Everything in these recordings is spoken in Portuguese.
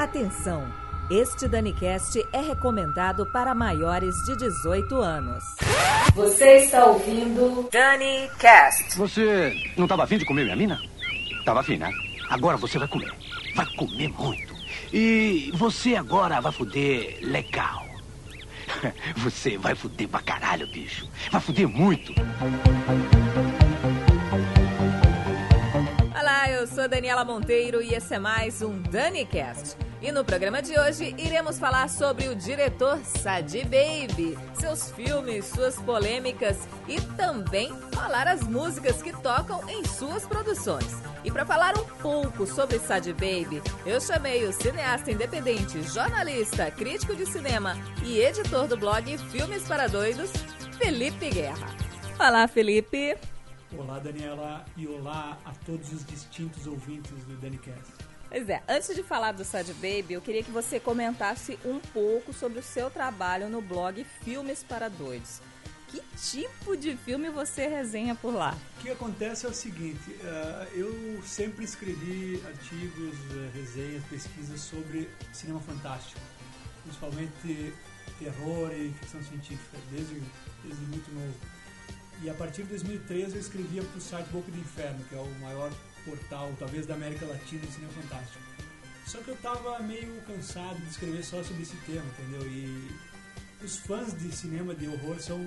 Atenção! Este DaniCast é recomendado para maiores de 18 anos. Você está ouvindo DaniCast. Você não estava afim de comer minha mina? Estava afim, né? Agora você vai comer. Vai comer muito. E você agora vai fuder legal. Você vai fuder pra caralho, bicho. Vai fuder muito. Olá, eu sou Daniela Monteiro e esse é mais um DaniCast. E no programa de hoje iremos falar sobre o diretor Sadi Baby, seus filmes, suas polêmicas e também falar as músicas que tocam em suas produções. E para falar um pouco sobre Sadi Baby, eu chamei o cineasta independente, jornalista, crítico de cinema e editor do blog Filmes para Doidos, Felipe Guerra. Olá, Felipe. Olá, Daniela, e olá a todos os distintos ouvintes do DaniCast. Pois é, antes de falar do Sadi Baby, eu queria que você comentasse um pouco sobre o seu trabalho no blog Filmes para Doidos. Que tipo de filme você resenha por lá? O que acontece é o seguinte, eu sempre escrevi artigos, resenhas, pesquisas sobre cinema fantástico, principalmente terror e ficção científica, desde muito novo. E a partir de 2013 eu escrevia para o site Boca do Inferno, que é o maior portal, talvez, da América Latina de cinema fantástico. Só que eu estava meio cansado de escrever só sobre esse tema, entendeu? E os fãs de cinema de horror são,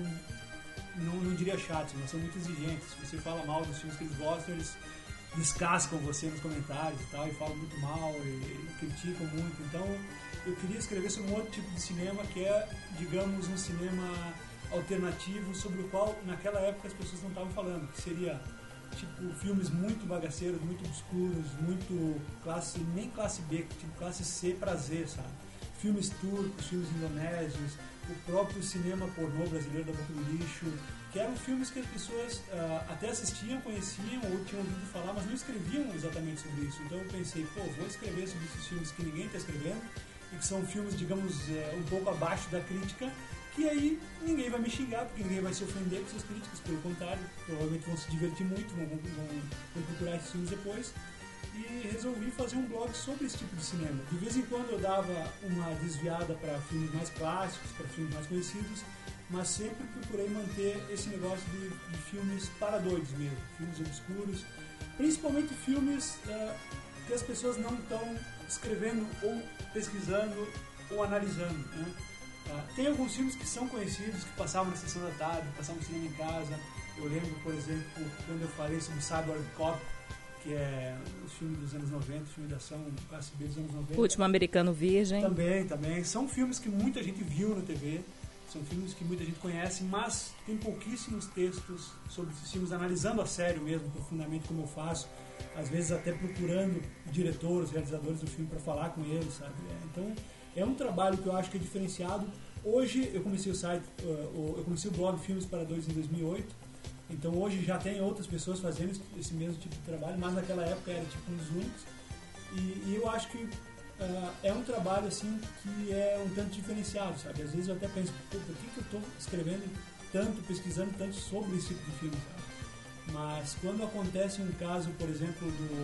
não diria chatos, mas são muito exigentes. Se você fala mal dos filmes que eles gostam, eles descascam você nos comentários e tal, e falam muito mal, e criticam muito. Então, eu queria escrever sobre um outro tipo de cinema, que é, digamos, um cinema alternativo, sobre o qual, naquela época, as pessoas não estavam falando, que seria tipo filmes muito bagaceiros, muito obscuros, muito nem classe B, tipo classe C pra Z, sabe? Filmes turcos, filmes indonésios, o próprio cinema pornô brasileiro da Boca do Lixo, que eram filmes que as pessoas até assistiam, conheciam ou tinham ouvido falar, mas não escreviam exatamente sobre isso. Então eu pensei, vou escrever sobre esses filmes que ninguém está escrevendo e que são filmes, digamos, um pouco abaixo da crítica, que aí ninguém vai me xingar, porque ninguém vai se ofender com essas críticas, pelo contrário, provavelmente vão se divertir muito, vão procurar esses filmes depois. E resolvi fazer um blog sobre esse tipo de cinema. De vez em quando eu dava uma desviada para filmes mais clássicos, para filmes mais conhecidos, mas sempre procurei manter esse negócio de filmes para doidos mesmo, filmes obscuros, principalmente filmes que as pessoas não estão escrevendo ou pesquisando ou analisando, né? Tem alguns filmes que são conhecidos, que passavam na sessão da tarde, passavam no cinema em casa. Eu lembro, por exemplo, quando eu falei sobre Cyborg Cop, que é o filme dos anos 90, filme de ação, classe B dos anos 90. O Último Americano Virgem. Também. São filmes que muita gente viu na TV, são filmes que muita gente conhece, mas tem pouquíssimos textos sobre esses filmes, analisando a sério mesmo, profundamente, como eu faço. Às vezes até procurando diretores, realizadores do filme para falar com eles, sabe? Então, é um trabalho que eu acho que é diferenciado. Hoje eu comecei o blog Filmes para Doidos em 2008, então hoje já tem outras pessoas fazendo esse mesmo tipo de trabalho, mas naquela época era tipo um dos únicos, e eu acho que é um trabalho assim que é um tanto diferenciado, sabe? Às vezes eu até penso, por que eu estou escrevendo tanto, pesquisando tanto sobre esse tipo de filme, sabe? Mas quando acontece um caso, por exemplo,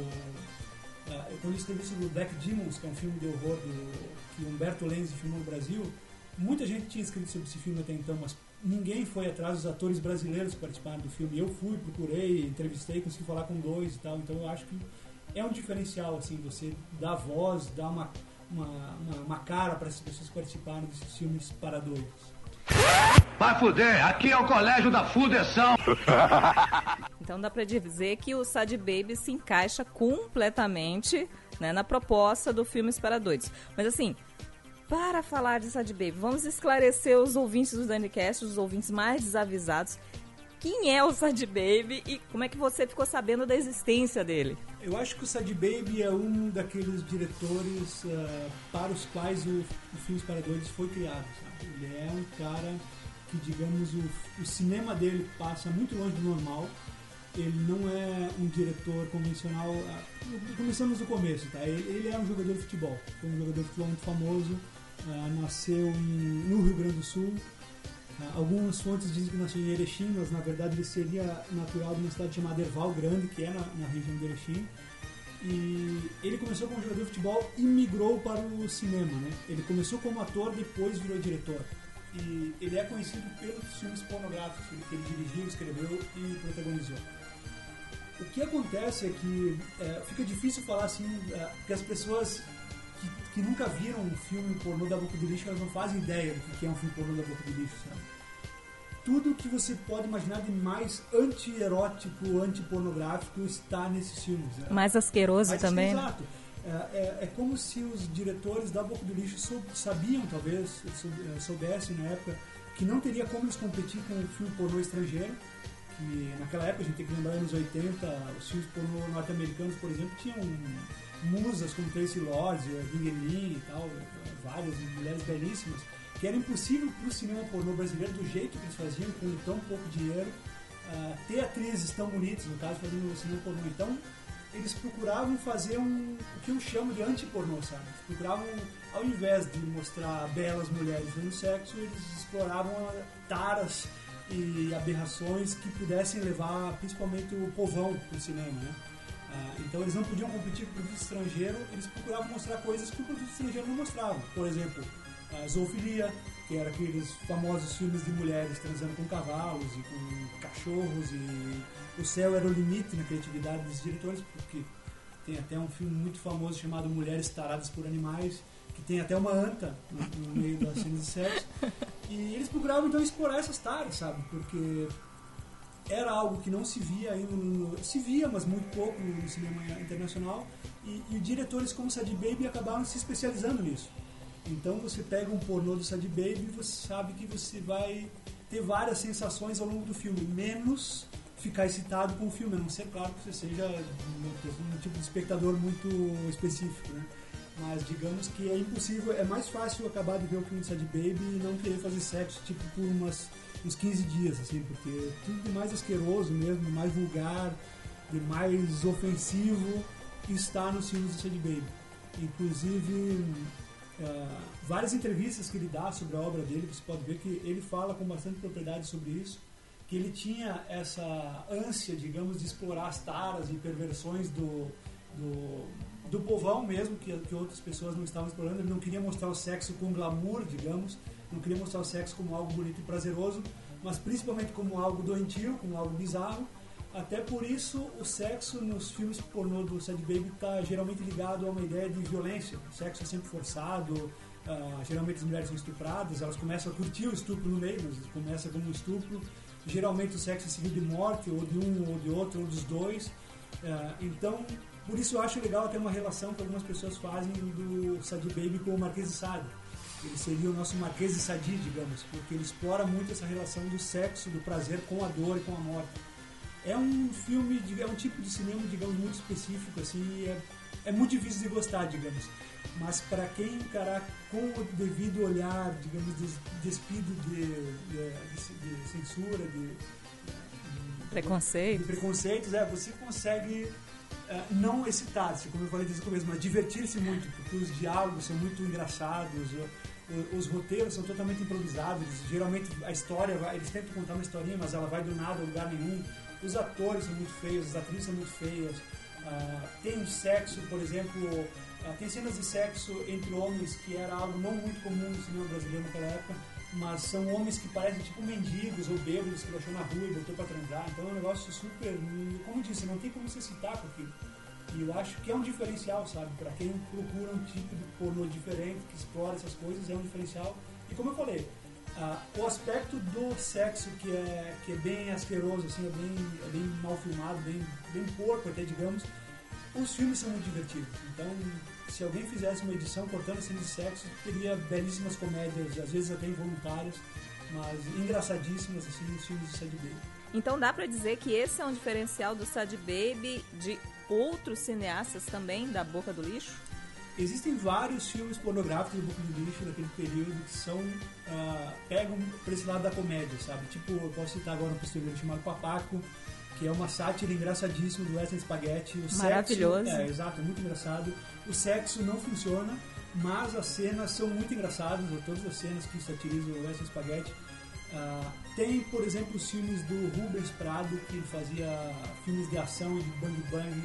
quando eu escrevi sobre o Black Demons, que é um filme de horror que Humberto Lenzi filmou no Brasil, muita gente tinha escrito sobre esse filme até então, mas ninguém foi atrás dos atores brasileiros que participaram do filme. Eu fui, procurei, entrevistei, consegui falar com 2 e tal, então eu acho que é um diferencial, assim, você dar voz, dar uma cara para essas pessoas que participaram desses filmes para doidos. Vai fuder, aqui é o colégio da fudeção. Então dá pra dizer que o Sadi Baby se encaixa completamente, né, na proposta do Filmes para Doidos. Mas assim, para falar de Sadi Baby, vamos esclarecer os ouvintes do DaniCast, os ouvintes mais desavisados. Quem é o Sadi Baby e como é que você ficou sabendo da existência dele? Eu acho que o Sadi Baby é um daqueles diretores para os quais o Filmes para Doidos foi criado, sabe? Ele é um cara que, digamos, o cinema dele passa muito longe do normal. Ele não é um diretor convencional. Começamos do começo, tá? Ele é um jogador de futebol. Foi um jogador de futebol muito famoso. Nasceu no Rio Grande do Sul. Algumas fontes dizem que nasceu em Erechim, mas na verdade ele seria natural de uma cidade chamada Erval Grande, que é na região de Erechim. E ele começou como jogador de futebol e migrou para o cinema, né? Ele começou como ator, depois virou diretor. E ele é conhecido pelos filmes pornográficos que ele dirigiu, escreveu e protagonizou. O que acontece é que fica difícil falar assim, porque as pessoas que nunca viram um filme pornô da boca do lixo, elas não fazem ideia do que é um filme pornô da boca do lixo, sabe? Tudo que você pode imaginar de mais anti-erótico, anti-pornográfico está nesses filmes. Né? Mais asqueroso também. Exato. É como se os diretores da boca do lixo sabiam, talvez, soubessem na época, que não teria como eles competir com o filme pornô estrangeiro, que naquela época, a gente tem que lembrar, nos 80, os filmes pornô norte-americanos, por exemplo, tinham musas como Tracy Lords, Bing Lee e tal, várias mulheres belíssimas, que era impossível para o cinema pornô brasileiro, do jeito que eles faziam, com tão pouco dinheiro, ter atrizes tão bonitas, no caso, fazendo o cinema pornô. Então, eles procuravam fazer o que eu chamo de anti-pornô, sabe? Eles procuravam, ao invés de mostrar belas mulheres fazendo sexo, eles exploravam taras e aberrações que pudessem levar, principalmente, o povão para o cinema, né? Então eles não podiam competir com o produto estrangeiro, eles procuravam mostrar coisas que o produto estrangeiro não mostrava. Por exemplo, a zoofilia, que era aqueles famosos filmes de mulheres transando com cavalos e com cachorros, e o céu era o limite na criatividade dos diretores, porque tem até um filme muito famoso chamado Mulheres Taradas por Animais, que tem até uma anta no meio das cenas de sexo, e eles procuravam então explorar essas taras, sabe, porque era algo que não se via ainda, se via, mas muito pouco no cinema internacional, e diretores como Sadie Baby acabaram se especializando nisso. Então você pega um pornô do Sadie Baby e você sabe que você vai ter várias sensações ao longo do filme, menos ficar excitado com o filme, a não ser, claro, que você seja um tipo de espectador muito específico, né? Mas digamos que é impossível, é mais fácil acabar de ver o filme do Sadie Baby e não querer fazer sexo tipo por uns 15 dias, assim, porque tudo de mais asqueroso mesmo, de mais vulgar, de mais ofensivo está nos filmes do Sadie Baby. Inclusive, várias entrevistas que ele dá sobre a obra dele, você pode ver que ele fala com bastante propriedade sobre isso, que ele tinha essa ânsia, digamos, de explorar as taras e perversões do povão mesmo, que outras pessoas não estavam explorando. Ele não queria mostrar o sexo com glamour, digamos, não queria mostrar o sexo como algo bonito e prazeroso, mas principalmente como algo doentio, como algo bizarro. Até por isso, o sexo nos filmes pornô do Sadie Baby está geralmente ligado a uma ideia de violência. O sexo é sempre forçado, geralmente as mulheres são estupradas, elas começam a curtir o estupro no meio, mas começa como um estupro. Geralmente o sexo é seguido de morte, ou de um, ou de outro, ou dos dois. Então, por isso eu acho legal ter uma relação que algumas pessoas fazem do Sadie Baby com o Marquês de Sade. Ele seria o nosso Marquês de Sade, digamos, porque ele explora muito essa relação do sexo, do prazer com a dor e com a morte. É um filme, é um tipo de cinema, digamos, muito específico, assim, é muito difícil de gostar, digamos. Mas para quem encarar com o devido olhar, digamos, despido de censura, de preconceitos, você consegue não excitar-se, como eu falei desde o começo, mas divertir-se muito, porque os diálogos são muito engraçados, os roteiros são totalmente improvisados, geralmente a história, eles tentam contar uma historinha, mas ela vai do nada a lugar nenhum. Os atores são muito feios, as atrizes são muito feias. Tem sexo, por exemplo, tem cenas de sexo entre homens que era algo não muito comum no cinema brasileiro naquela época, mas são homens que parecem tipo mendigos ou bêbados que ele achou na rua e botou pra transar. Então é um negócio super, como eu disse, não tem como se excitar com aquilo. E eu acho que é um diferencial, sabe? Pra quem procura um tipo de pornô diferente, que explora essas coisas, é um diferencial. E como eu falei, o aspecto do sexo que é bem asqueroso, assim, é bem mal filmado, bem porco até, digamos, os filmes são muito divertidos. Então, se alguém fizesse uma edição cortando cenas de sexo, teria belíssimas comédias, às vezes até involuntárias, mas engraçadíssimas, assim, os filmes do Sadie Baby. Então dá pra dizer que esse é um diferencial do Sadie Baby de outros cineastas também da boca do lixo? Existem vários filmes pornográficos da boca do lixo daquele período que são pegam por esse lado da comédia, sabe? Tipo, eu posso citar agora um pistoleiro chamado Papaco, que é uma sátira engraçadíssima do Western Spaghetti. Maravilhoso. Sexo, exato, é muito engraçado. O sexo não funciona, mas as cenas são muito engraçadas, todas as cenas que satirizam o Western Spaghetti. Tem, por exemplo, os filmes do Rubens Prado, que ele fazia filmes de ação, de bang bang,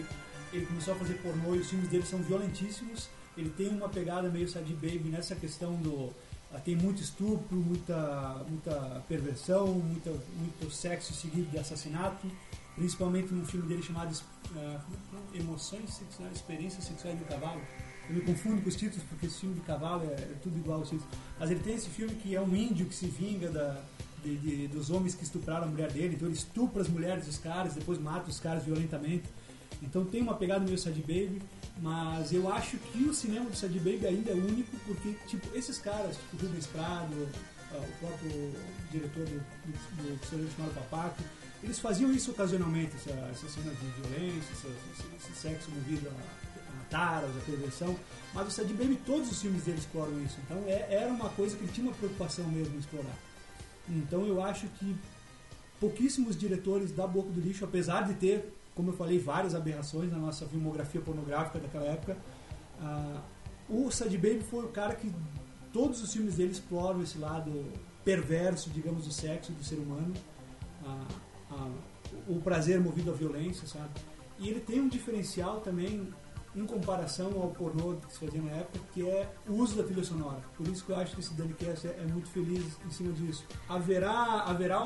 ele começou a fazer pornô e os filmes dele são violentíssimos. Ele tem uma pegada meio Sadie Baby nessa questão do... Tem muito estupro, muita perversão, muito sexo seguido de assassinato, principalmente num filme dele chamado Emoções Sexuais, Experiências Sexuais do Cavalo. Eu me confundo com os títulos porque esse filme de cavalo é tudo igual aos títulos. Mas ele tem esse filme que é um índio que se vinga dos homens que estupraram a mulher dele, então ele estupra as mulheres dos caras, depois mata os caras violentamente. Então tem uma pegada meio Sadie Baby, mas eu acho que o cinema do Sadie Baby ainda é único, porque tipo, esses caras, tipo Rubens Prado, o próprio diretor do restaurante chamado Papaco, eles faziam isso ocasionalmente, essas cenas de violência, esse sexo movido a taras, a perversão, mas o Sadie Baby, todos os filmes dele exploram isso, então era uma coisa que ele tinha uma preocupação mesmo em explorar. Então eu acho que pouquíssimos diretores da Boca do Lixo, apesar de ter, como eu falei, várias aberrações na nossa filmografia pornográfica daquela época, o Sadie Baby foi o cara que todos os filmes dele exploram esse lado perverso, digamos, do sexo do ser humano, o prazer movido à violência, sabe? E ele tem um diferencial também em comparação ao pornô que se fazia na época, que é o uso da trilha sonora. Por isso que eu acho que esse Dunicast é muito feliz em cima disso. Haverá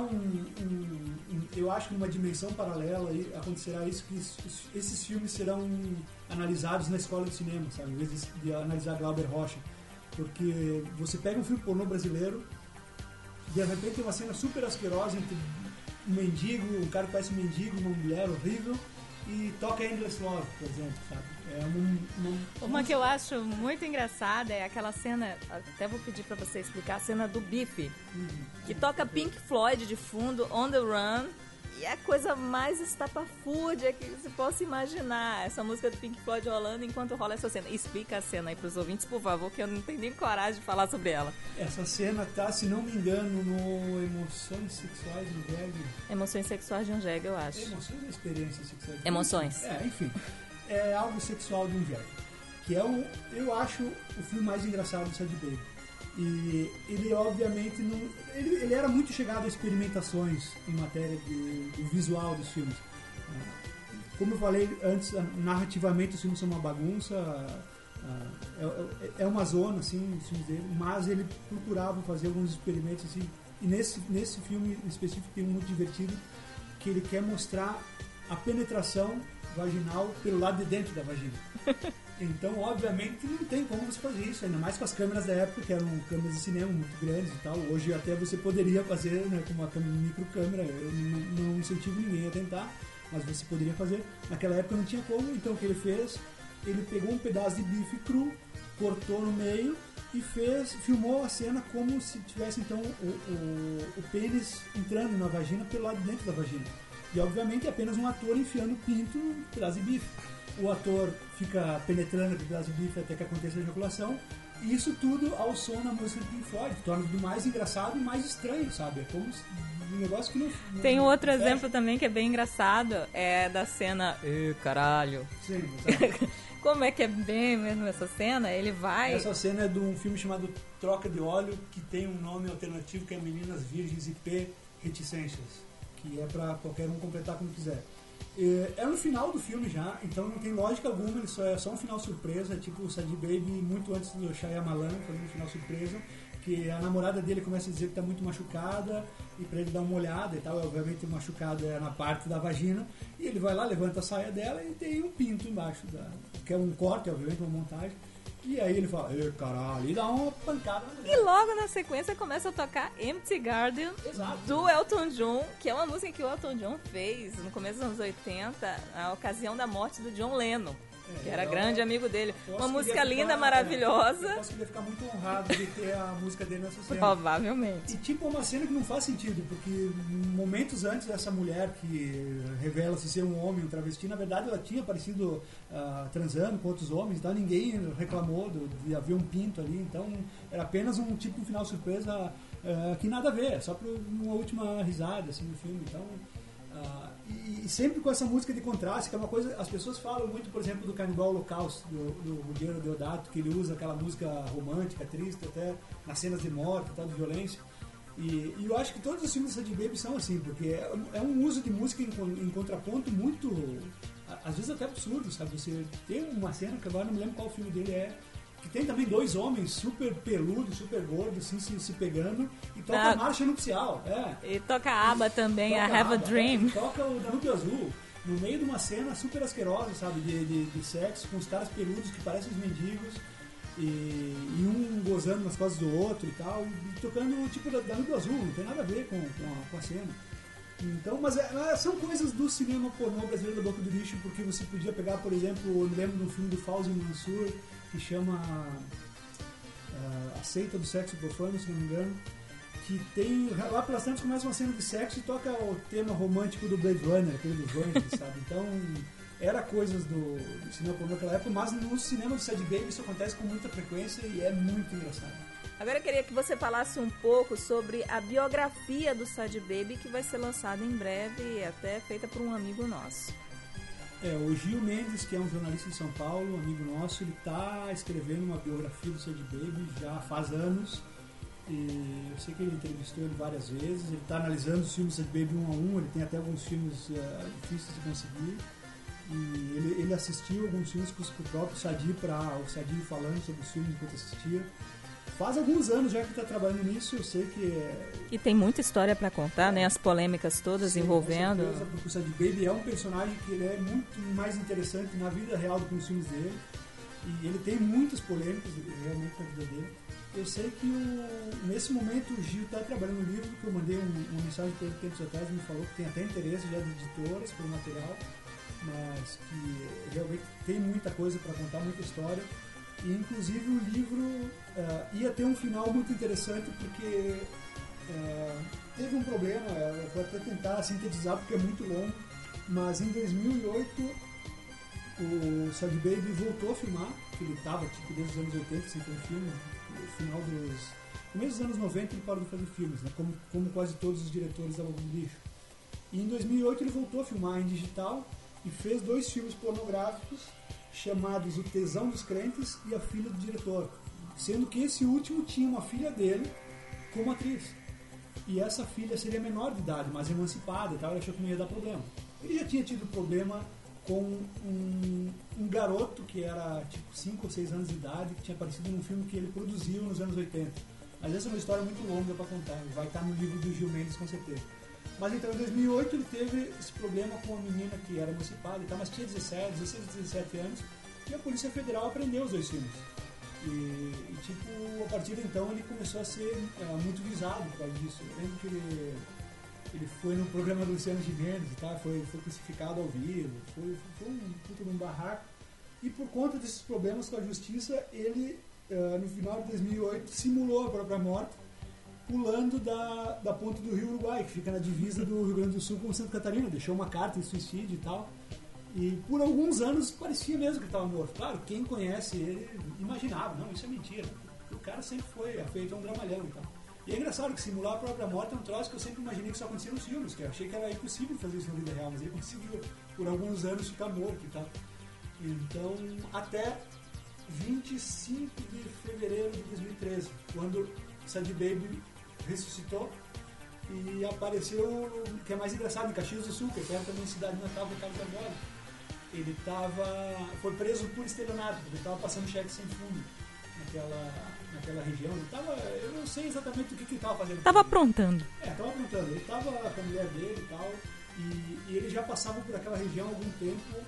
eu acho que numa dimensão paralela acontecerá isso, que esses filmes serão analisados na escola de cinema, sabe? Em vez de analisar Glauber Rocha. Porque você pega um filme pornô brasileiro, de repente tem uma cena super asquerosa entre um mendigo, um cara que parece um mendigo, uma mulher horrível, e toca Endless Love, por exemplo, sabe? Uma que eu acho muito engraçada é aquela cena, até vou pedir pra você explicar, a cena do Bife, que toca Pink Floyd de fundo, On The Run, e é a coisa mais estapafúrdia que se possa imaginar, essa música do Pink Floyd rolando enquanto rola essa cena. Explica a cena aí pros ouvintes, por favor, que eu não tenho nem coragem de falar sobre ela. Essa cena tá, se não me engano, no Emoções Sexuais de um Jegue. Emoções Sexuais de um Jegue, eu acho. Emoções ou Experiências Sexuais? Emoções. Enfim. É algo sexual de um Jegue. Que é, eu acho, o filme mais engraçado do Sadie Baby. E ele, obviamente, não... Ele era muito chegado a experimentações em matéria do visual dos filmes. Como eu falei antes, narrativamente os filmes são uma bagunça, é uma zona, assim, os filmes dele, mas ele procurava fazer alguns experimentos, assim, e nesse filme em específico tem um muito divertido, que ele quer mostrar a penetração vaginal pelo lado de dentro da vagina. Então, obviamente, não tem como você fazer isso, ainda mais com as câmeras da época, que eram câmeras de cinema muito grandes e tal. Hoje até você poderia fazer, né, com uma microcâmera, eu não incentivo ninguém a tentar, mas você poderia fazer. Naquela época não tinha como, então o que ele fez? Ele pegou um pedaço de bife cru, cortou no meio e filmou a cena como se tivesse então o pênis entrando na vagina pelo lado de dentro da vagina. E obviamente é apenas um ator enfiando o pinto no pedaço de bife. O ator fica penetrando aquele pedaço de bife até que aconteça a ejaculação. E isso tudo ao som da música do Pink Floyd, que torna tudo mais engraçado e mais estranho, sabe? É como um negócio que não... Tem outro exemplo também que é bem engraçado, é da cena... caralho. Sim, exato. Como é que é bem mesmo essa cena? Ele vai... Essa cena é de um filme chamado Troca de Óleo, que tem um nome alternativo que é Meninas Virgens IP Reticências, que é pra qualquer um completar como quiser. É no final do filme já, então não tem lógica alguma, ele é só um final surpresa, tipo o Sadie Baby muito antes do Shyamalan fazendo um final surpresa, que a namorada dele começa a dizer que está muito machucada e para ele dar uma olhada e tal, obviamente o machucado é na parte da vagina, e ele vai lá, levanta a saia dela e tem um pinto embaixo, que é um corte, obviamente, uma montagem. E aí ele fala, caralho, e dá uma pancada. E logo na sequência começa a tocar Empty Garden, exato, do Elton John, que é uma música que o Elton John fez no começo dos anos 80, na ocasião da morte do John Lennon, que era grande amigo dele. Uma música linda, maravilhosa. Eu queria ficar muito honrado de ter a música dele nessa cena. Provavelmente. E tipo, uma cena que não faz sentido, porque momentos antes dessa mulher que revela-se ser um homem, um travesti, na verdade ela tinha aparecido transando com outros homens, então ninguém reclamou de haver um pinto ali, então era apenas um tipo de final surpresa que nada a ver, só para uma última risada assim, no filme, então... E sempre com essa música de contraste, que é uma coisa, as pessoas falam muito, por exemplo, do Canibal Holocausto, do Ruggero Deodato, que ele usa aquela música romântica, triste, até nas cenas de morte e tal, de violência. E eu acho que todos os filmes da Sadie Baby são assim, porque é um uso de música em contraponto muito às vezes até absurdo, sabe? Você tem uma cena que agora não me lembro qual filme dele é, que tem também 2 homens super peludos, super gordos, assim, se pegando, e toca a marcha nupcial. E toca a ABBA também, toca a Have a Dream. E toca o Danúbio Azul, no meio de uma cena super asquerosa, sabe? De sexo, com os caras peludos que parecem os mendigos, e um gozando nas costas do outro e tal, e tocando tipo Danúbio Azul, não tem nada a ver com a cena. Então, mas são coisas do cinema pornô brasileiro da boca do lixo, porque você podia pegar, por exemplo, eu me lembro de um filme do Fauzi Mansur, que chama A Seita do Sexo Profano, se não me engano, que tem, lá pelas tantas começa uma cena de sexo e toca o tema romântico do Blade Runner, aquele dos anjos, sabe? Então, era coisas do cinema pornô naquela época, mas no cinema do Sad Baby isso acontece com muita frequência e é muito engraçado. Agora eu queria que você falasse um pouco sobre a biografia do Sad Baby, que vai ser lançada em breve e até feita por um amigo nosso. O Gil Mendes, que é um jornalista de São Paulo, um amigo nosso, ele está escrevendo uma biografia do Sad Baby já faz anos. E eu sei que ele entrevistou ele várias vezes, ele está analisando os filmes do Sad Baby um a um, ele tem até alguns filmes difíceis de conseguir. E ele assistiu alguns filmes com o próprio Sadi, o Sadi falando sobre os filmes enquanto assistia. Faz alguns anos já que está trabalhando nisso, eu sei que... E tem muita história para contar, né? As polêmicas todas sim, envolvendo... Com certeza, porque o Sad Baby é um personagem que ele é muito mais interessante na vida real do que nos filmes dele. E ele tem muitas polêmicas realmente na vida dele. Eu sei que nesse momento o Gil está trabalhando no livro, que eu mandei uma mensagem para ele tempos atrás, ele me falou que tem até interesse já de editoras pelo material, mas que realmente tem muita coisa para contar, muita história. E inclusive o livro ia ter um final muito interessante, porque teve um problema, eu vou até tentar sintetizar porque é muito longo, mas em 2008 o Sad Baby voltou a filmar, que ele estava tipo, desde os anos 80 sem fazer filme, no final começo dos anos 90 ele parou de fazer filmes, né, como quase todos os diretores da Boca do Lixo. E em 2008 ele voltou a filmar em digital e fez 2 filmes pornográficos chamados O Tesão dos Crentes e A Filha do Diretor, sendo que esse último tinha uma filha dele como atriz. E essa filha seria menor de idade, mas emancipada e tal, ele achou que não ia dar problema. Ele já tinha tido problema com um garoto que era tipo 5 ou 6 anos de idade, que tinha aparecido num filme que ele produziu nos anos 80. Mas essa é uma história muito longa para contar, vai estar no livro do Gil Mendes com certeza. Mas então em 2008 ele teve esse problema com uma menina que era emancipada e tal, mas tinha 16, 17 anos, e a Polícia Federal apreendeu os 2 filmes. E tipo, a partir de então ele começou a ser muito visado por causa disso. Eu lembro que ele foi no programa do Luciano Gimenez e tal, foi crucificado ao vivo, foi um puta de um barraco. E por conta desses problemas com a justiça, ele no final de 2008 simulou a própria morte, pulando da ponte do Rio Uruguai, que fica na divisa do Rio Grande do Sul com Santa Catarina. Deixou uma carta de suicídio e tal. E por alguns anos parecia mesmo que ele estava morto. Claro, quem conhece ele imaginava, não, isso é mentira. O cara sempre foi feito um dramalhão e tal. E é engraçado que simular a própria morte é um troço que eu sempre imaginei que só acontecia nos filmes, que eu achei que era impossível fazer isso na vida real, mas ele conseguiu por alguns anos ficar morto e tal. Então, até 25 de fevereiro de 2013, quando Sad Baby ressuscitou e apareceu, que é mais engraçado, em Caxias do Sul, que era também cidade natal do Carlos Arbora. Ele foi preso por estelionato, porque ele estava passando cheque sem fundo naquela região. Eu não sei exatamente o que ele estava fazendo. Estava aprontando. Estava aprontando. Ele estava com a mulher dele e tal, e ele já passava por aquela região há algum tempo,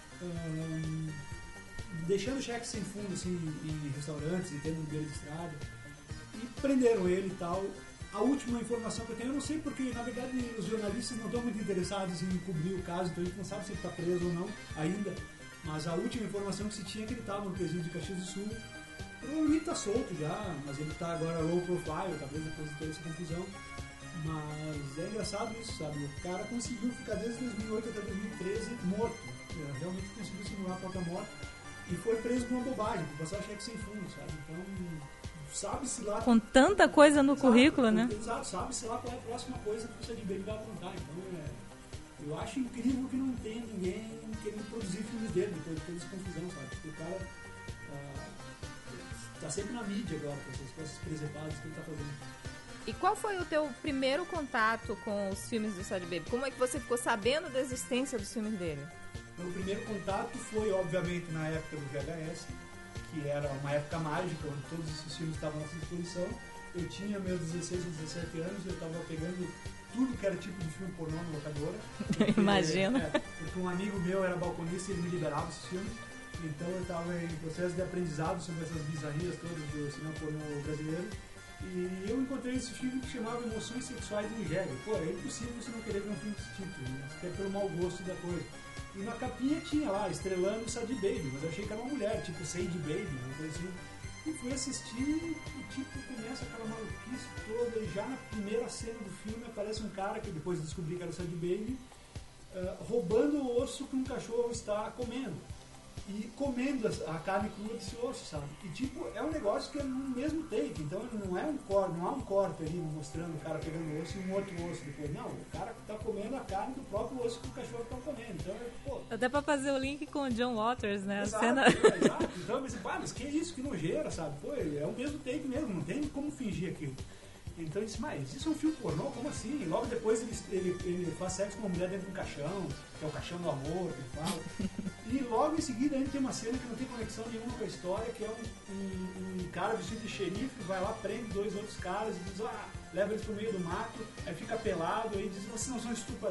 deixando cheque sem fundo assim, em restaurantes e tendo beira de estrada. E prenderam ele e tal. A última informação que eu tenho, eu não sei porque, na verdade, os jornalistas não estão muito interessados em cobrir o caso, então a gente não sabe se ele está preso ou não ainda. Mas a última informação que se tinha é que ele estava no presídio de Caxias do Sul. Provavelmente está solto já, mas ele está agora low profile, talvez depois de toda essa confusão. Mas é engraçado isso, sabe? O cara conseguiu ficar desde 2008 até 2013 morto. Ele realmente conseguiu simular a própria morte. E foi preso por uma bobagem, por passar cheque sem fundo, sabe? Então... sabe-se lá... Com tanta coisa no currículo, né? Exato, sabe-se lá qual é a próxima coisa que o Sad Baby vai aprontar. Então, eu acho incrível que não tenha ninguém querendo produzir filmes dele depois de toda essa confusão, sabe? Porque o cara tá sempre na mídia agora com essas coisas preservadas que ele tá fazendo. E qual foi o teu primeiro contato com os filmes do Sad Baby? Como é que você ficou sabendo da existência dos filmes dele? Meu primeiro contato foi, obviamente, na época do VHS, que era uma época mágica, onde todos esses filmes estavam à nossa disposição. Eu tinha meus 16 ou 17 anos, eu estava pegando tudo que era tipo de filme pornô na locadora. Imagina. Porque um amigo meu era balconista e ele me liberava esses filmes. Então eu estava em processo de aprendizado sobre essas bizarrias todas do cinema pornô brasileiro. E eu encontrei esse filme que chamava Emoções Sexuais do Nigéria. Pô, é impossível você não querer ver um filme desse tipo, né? Você quer pelo mau gosto da coisa. E na capinha tinha lá, estrelando Sadie Baby, mas eu achei que era uma mulher, tipo Sadie Baby, uma coisa assim. E fui assistir e tipo, começa aquela maluquice toda e já na primeira cena do filme aparece um cara, que depois descobri que era Sadie Baby, roubando o osso que um cachorro está comendo. E comendo a carne crua desse osso, sabe? E tipo, é um negócio que é no mesmo take, então não há um corte ali mostrando o cara pegando o osso e um outro osso depois. Não, o cara tá comendo a carne do próprio osso que o cachorro tá comendo. Então, pô... Até pra fazer o link com o John Waters, né? Exato, A cena... exato. Então eu pensei, mas que isso, que nojeira, sabe? Pô, é o mesmo take mesmo, não tem como fingir aquilo. Então eu disse, mas isso é um filme pornô? Como assim? E logo depois ele faz sexo com uma mulher dentro de um caixão, que é o caixão do amor, que ele fala. E logo em seguida a gente tem uma cena que não tem conexão nenhuma com a história, que é um cara vestido de xerife, vai lá, prende dois outros caras e diz, leva eles pro meio do mato, aí fica pelado, aí diz, vocês não são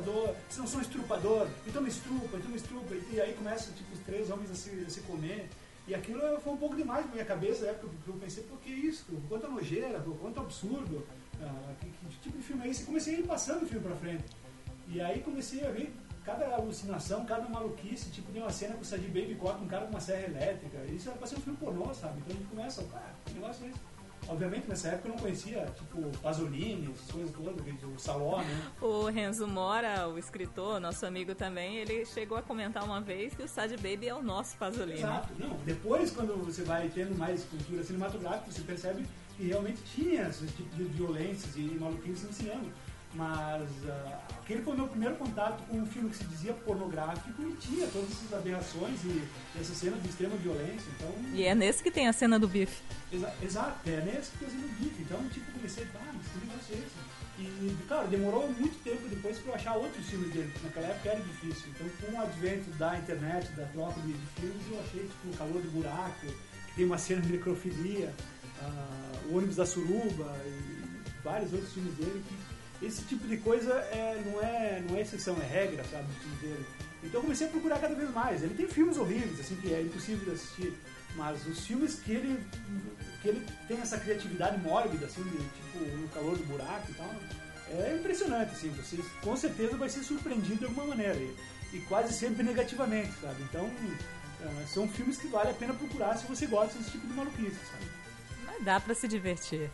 estrupador, então me estrupa. E aí começa tipo, os três homens a se comer. E aquilo foi um pouco demais na minha cabeça, na época que eu pensei, por que isso? Quanto nojeira, quanto absurdo, que tipo de filme é esse? E comecei a ir passando o filme pra frente. E aí comecei a ver cada alucinação, cada maluquice, tipo, tem uma cena que o Sadie Baby corta um cara com uma serra elétrica. Isso era pra ser um filme pornô, sabe? Então a gente começa, que negócio é esse? Obviamente, nessa época eu não conhecia, tipo, Pasolini, essas coisas todas, o Saló, né? O Renzo Mora, o escritor, nosso amigo também, ele chegou a comentar uma vez que o Sadie Baby é o nosso Pasolini. Exato. Não, depois, quando você vai tendo mais cultura cinematográfica, você percebe que realmente tinha esse tipo de violências e maluquices no cinema. Mas aquele foi o meu primeiro contato com um filme que se dizia pornográfico e tinha todas essas aberrações e essas cenas de extrema violência. Então, e é nesse que tem a cena do bife. Exato, é nesse que tem a cena do bife. Então, tipo, comecei, mas que negócio é esse? E, claro, demorou muito tempo depois para eu achar outros filmes dele, porque naquela época era difícil. Então, com o advento da internet, da troca de filmes, eu achei, tipo, O Calor do Buraco, que tem uma cena de necrofilia, O Ônibus da Suruba e vários outros filmes dele que esse tipo de coisa não é exceção, é regra, sabe, do filme dele. Então eu comecei a procurar cada vez mais. Ele tem filmes horríveis, assim, que é impossível de assistir, mas os filmes que ele tem essa criatividade mórbida, assim, tipo No Calor do Buraco e tal, é impressionante, assim, você com certeza vai ser surpreendido de alguma maneira, e quase sempre negativamente, sabe. Então são filmes que vale a pena procurar se você gosta desse tipo de maluquice, sabe. Mas dá pra se divertir.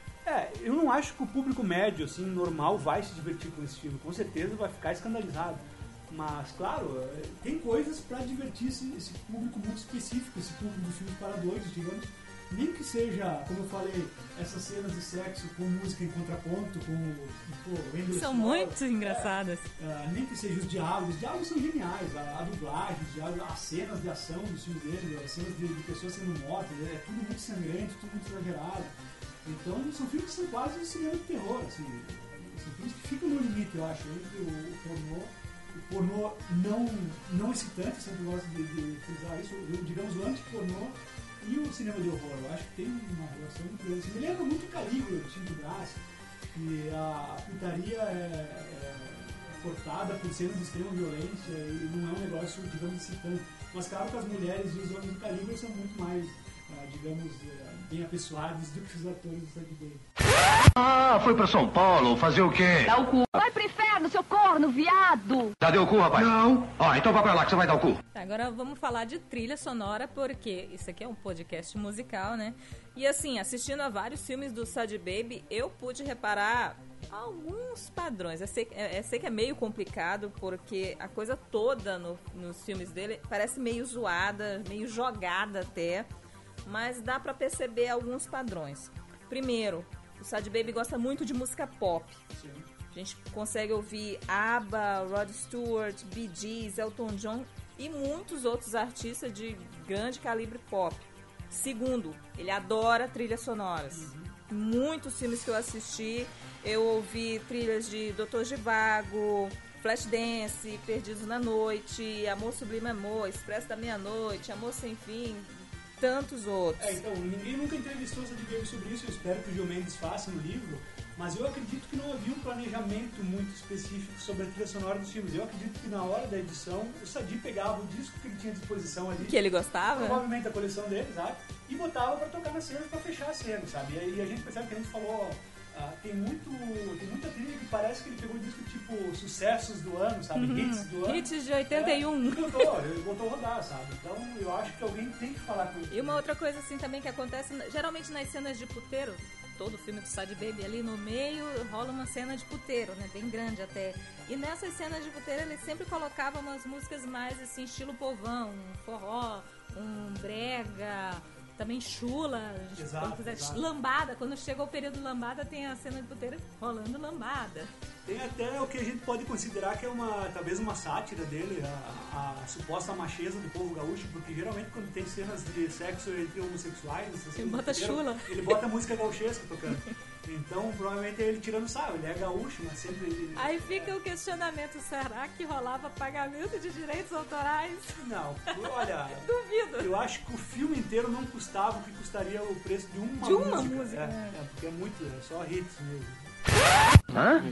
Eu não acho que o público médio, assim, normal, vai se divertir com esse filme. Com certeza vai ficar escandalizado. Mas, claro, tem coisas para divertir esse público muito específico, esse público dos filmes para doidos, digamos. Nem que seja, como eu falei, essas cenas de sexo com música em contraponto, com... São muito engraçadas. Nem que seja os diálogos são geniais, a dublagem, as cenas de ação dos filmes dele, as cenas de pessoas sendo mortas, é tudo muito sangrante, tudo muito exagerado. Então, são filmes que são quase cinema de terror, assim. São filmes que ficam no limite, eu acho, entre o pornô não excitante, eu sempre gosto de utilizar isso, digamos, o anti-pornô e o cinema de horror. Eu acho que tem uma relação muito grande. Assim, me lembra muito Calígula, do Chico Brás, que a putaria é cortada por cenas de extrema violência e não é um negócio, digamos, excitante. Mas claro que as mulheres e os homens do Calígula são muito mais, digamos, bem apessoados do que os atores do Sadie Baby. Foi pra São Paulo fazer o quê? Dá o cu. Vai pro inferno, seu corno, viado! Já deu o cu, rapaz? Não. Então vai pra lá que você vai dar o cu. Agora vamos falar de trilha sonora, porque isso aqui é um podcast musical, né? E assim, assistindo a vários filmes do Sadie Baby, eu pude reparar alguns padrões. Eu sei que é meio complicado, porque a coisa toda nos filmes dele parece meio zoada, meio jogada até, mas dá pra perceber alguns padrões. Primeiro, o Sadie Baby gosta muito de música pop. Sim. A gente consegue ouvir ABBA, Rod Stewart, Bee Gees, Elton John e muitos outros artistas de grande calibre pop. Segundo, ele adora trilhas sonoras. Muitos filmes que eu assisti, eu ouvi trilhas de Dr. Zhivago, Flashdance, Perdidos na Noite, Amor Sublime Amor, Expresso da Meia-Noite, Amor Sem Fim, tantos outros. Então, ninguém nunca entrevistou Sadie Baby sobre isso, eu espero que o Gil Mendes faça no livro, mas eu acredito que não havia um planejamento muito específico sobre a trilha sonora dos filmes. Eu acredito que na hora da edição, o Sadie pegava o disco que ele tinha à disposição ali, que ele gostava? Provavelmente a coleção dele, sabe? E botava pra tocar na cena, pra fechar a cena, sabe? E a gente percebe que a gente falou... tem muita trilha que parece que ele pegou disco tipo sucessos do ano, sabe? Hits do ano. Hits de 81. Ele botou a rodar, sabe? Então eu acho que alguém tem que falar com ele. E uma outra coisa assim também que acontece, geralmente nas cenas de puteiro, todo filme do Sadie Baby ali no meio rola uma cena de puteiro, né? Bem grande até. E nessas cenas de puteiro ele sempre colocava umas músicas mais assim, estilo povão, um forró, um brega... Também chula, exato. Lambada. Quando chega o período lambada, tem a cena de puteiro rolando lambada. Tem até o que a gente pode considerar que é talvez uma sátira dele, a suposta macheza do povo gaúcho, porque geralmente quando tem cenas de sexo entre homossexuais, ele bota chula. Ele bota música gauchesca tocando. Então, provavelmente é ele tirando sarro, ele é gaúcho, mas sempre ele... Aí fica o questionamento, será que rolava pagamento de direitos autorais? Não, olha... Duvido. Eu acho que o filme inteiro não custava o que custaria o preço de uma música. Porque é só hits mesmo. Hã?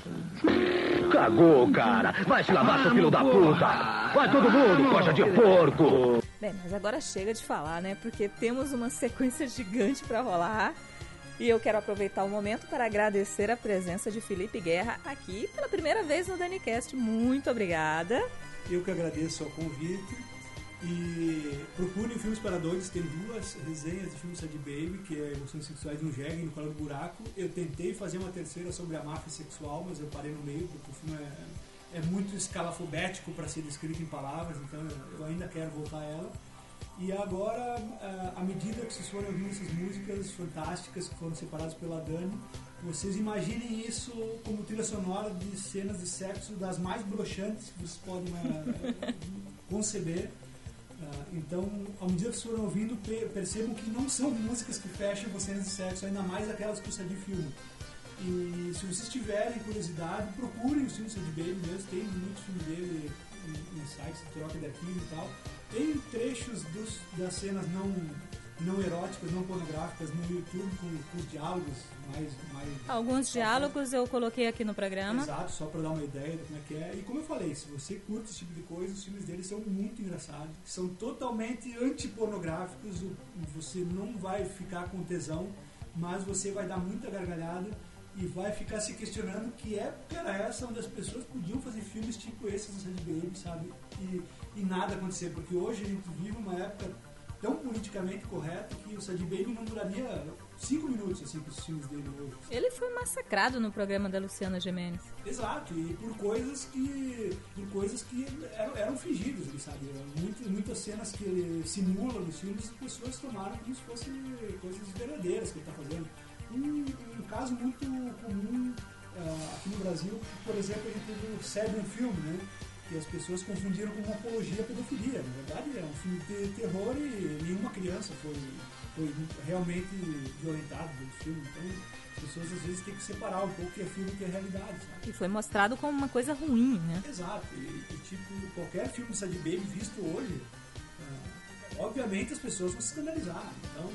Cagou, cara. Vai se lavar, seu filho da puta. Vai todo mundo, coxa de porco. Bem, mas agora chega de falar, né? Porque temos uma sequência gigante pra rolar. E eu quero aproveitar o momento para agradecer a presença de Felipe Guerra aqui pela primeira vez no DaniCast. Muito obrigada. Eu que agradeço ao convite. E procurem Filmes para Doidos, tem 2 resenhas de filmes Sadie Baby, que é Emoções Sexuais de um Jegue no Calor do Buraco. Eu tentei fazer uma terceira sobre a máfia sexual, mas eu parei no meio, porque o filme é muito escalafobético para ser descrito em palavras, então eu ainda quero voltar a ela. E agora, à medida que vocês forem ouvindo essas músicas fantásticas que foram separadas pela Dani, vocês imaginem isso como trilha sonora de cenas de sexo das mais broxantes que vocês podem conceber. Então, à medida que vocês forem ouvindo, percebam que não são músicas que fecham com cenas de sexo, ainda mais aquelas que o Sadie filma. E se vocês tiverem curiosidade, procurem os filmes Sadie Baby mesmo, tem muitos filmes dele em sites de troca de arquivo e tal. Tem trechos das cenas não eróticas, não pornográficas no YouTube com os diálogos mais... Alguns diálogos eu coloquei aqui no programa. Exato, só para dar uma ideia de como é que é. E como eu falei, se você curte esse tipo de coisa, os filmes dele são muito engraçados, são totalmente antipornográficos, você não vai ficar com tesão, mas você vai dar muita gargalhada e vai ficar se questionando que época era essa onde as pessoas podiam fazer filmes tipo esses do Sadie Baby, sabe? E nada acontecer, porque hoje a gente vive uma época tão politicamente correta que o Sadie Baby não duraria 5 minutos assim com os filmes dele hoje. Ele foi massacrado no programa da Luciana Gimenez. Exato, e por coisas que eram fingidas, sabe? Muitas cenas que ele simula nos filmes, as pessoas tomaram como se fossem coisas verdadeiras que ele está fazendo. Um caso muito comum aqui no Brasil, por exemplo, a gente teve o Seven Film, né? Que as pessoas confundiram com uma apologia à pedofilia. Na verdade, é um filme de terror e nenhuma criança foi realmente violentada no filme. Então, as pessoas às vezes têm que separar um pouco o que é filme e o que é realidade, sabe? E foi mostrado como uma coisa ruim, né? Exato. E tipo, qualquer filme de Sadie Baby visto hoje, obviamente as pessoas vão se escandalizar. Então,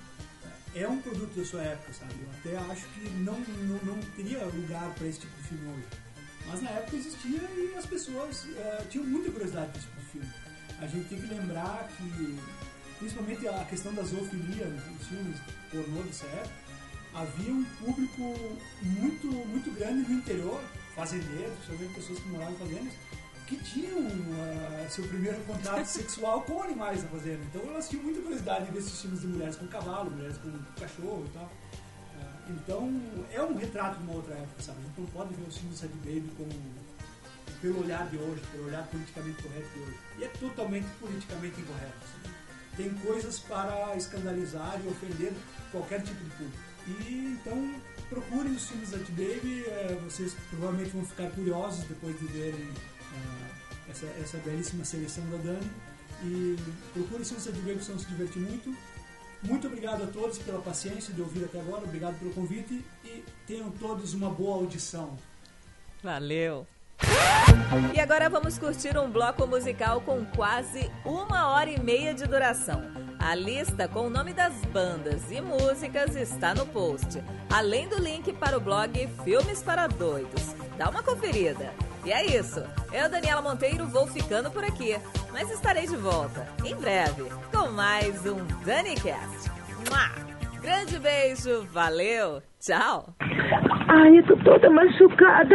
é um produto da sua época, sabe? Eu até acho que não teria lugar para esse tipo de filme hoje. Mas na época existia e as pessoas tinham muita curiosidade desse tipo de filme. A gente tem que lembrar que, principalmente a questão da zoofilia nos filmes pornô dessa época, havia um público muito grande no interior, fazendeiros, principalmente pessoas que moravam em fazendas, que tinham seu primeiro contato sexual com animais na fazenda. Então elas tinham muita curiosidade de ver esses filmes de mulheres com cavalo, mulheres com cachorro e tal. Então, é um retrato de uma outra época, sabe? A gente não pode ver os filmes de Sadie Baby pelo olhar de hoje, pelo olhar politicamente correto de hoje. E é totalmente politicamente incorreto, sabe? Tem coisas para escandalizar e ofender qualquer tipo de público. E, então, procurem os filmes de Sadie Baby, vocês provavelmente vão ficar curiosos depois de verem essa belíssima seleção da Dani. E procurem os filmes de Sadie Baby, vocês vão se divertir muito. Muito obrigado a todos pela paciência de ouvir até agora, obrigado pelo convite e tenham todos uma boa audição. Valeu! E agora vamos curtir um bloco musical com quase 1h30 de duração. A lista com o nome das bandas e músicas está no post, além do link para o blog Filmes para Doidos. Dá uma conferida. E é isso. Eu, Daniela Monteiro, vou ficando por aqui, mas estarei de volta em breve com mais um DaniCast. Grande beijo, valeu, tchau. Ai, eu tô toda machucada.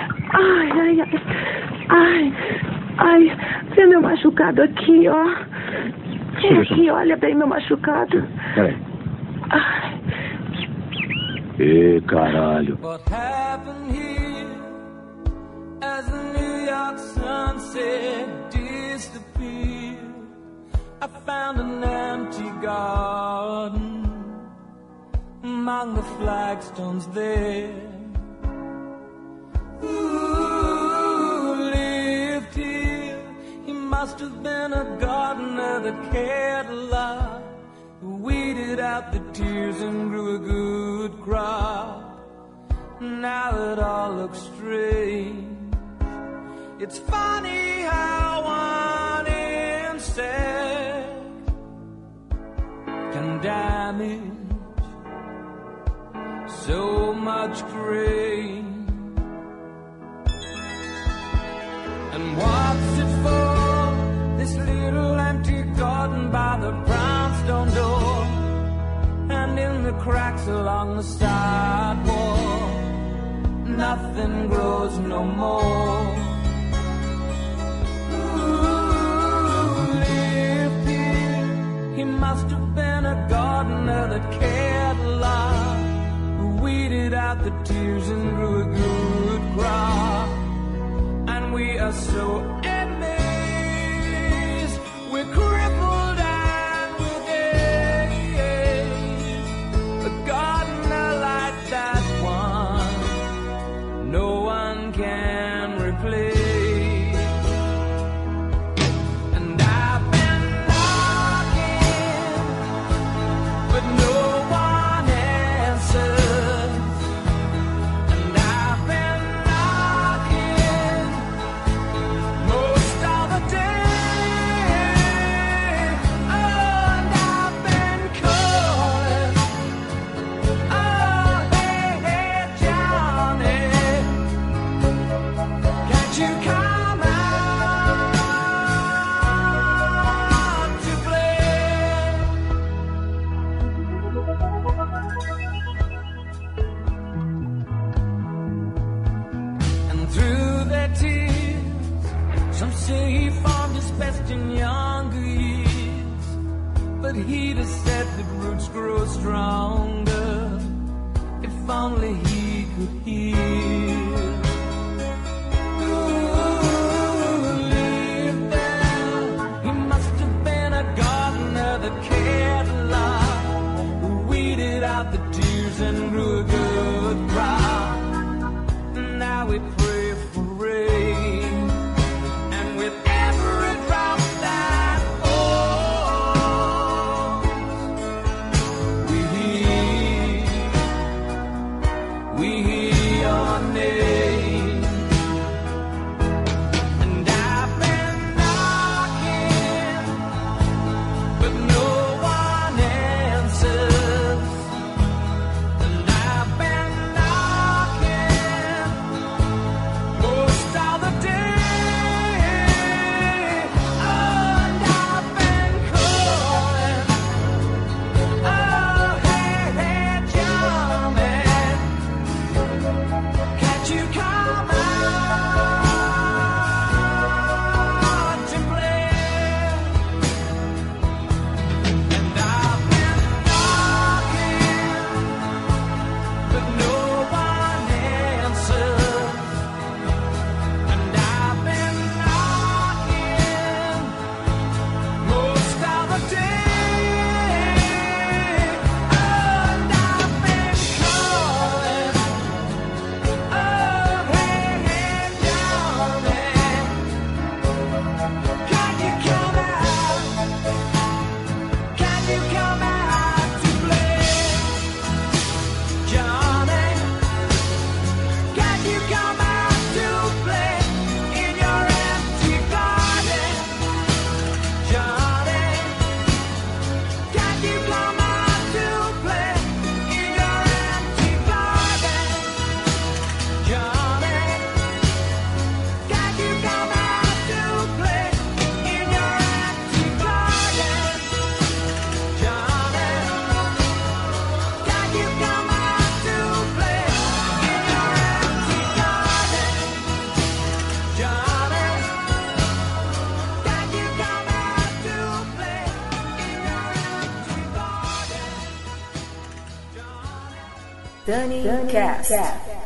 Ai, vê meu machucado aqui, ó. Vem aqui, olha bem meu machucado. Peraí. Ai. Ê, caralho. What happened here as the New York sunset disappeared? I found an empty garden among the flagstones there. Who lived here? He must have been a gardener that cared a lot, who weeded out the tears and grew a good crop. Now it all looks strange. It's funny how one insect can damage so much grain. And what's it for, this little empty garden by the brownstone door, and in the cracks along the sidewalk, nothing grows no more. Who lived here? He must have been a gardener that cared a lot, who weeded out the tears and grew a good crop. And we are so amazed, we're crippled and with age. A gardener like that one, no one can replace. And I've been knocking, but no one answers. And I've been knocking most of the day. Oh, and I've been calling. Oh, hey, Johnny, can't you come out to play? And through their tears, some say he found his best in younger years. But he'd have said that roots grow stronger if only he could hear. Who lived there? He must have been a gardener that cared a lot, who weeded out the tears and grew a good crop. Now we pray for rain, and with every drop that falls, we hear your name. And I've been knocking, but no one answers. And I've been knocking DaniCast.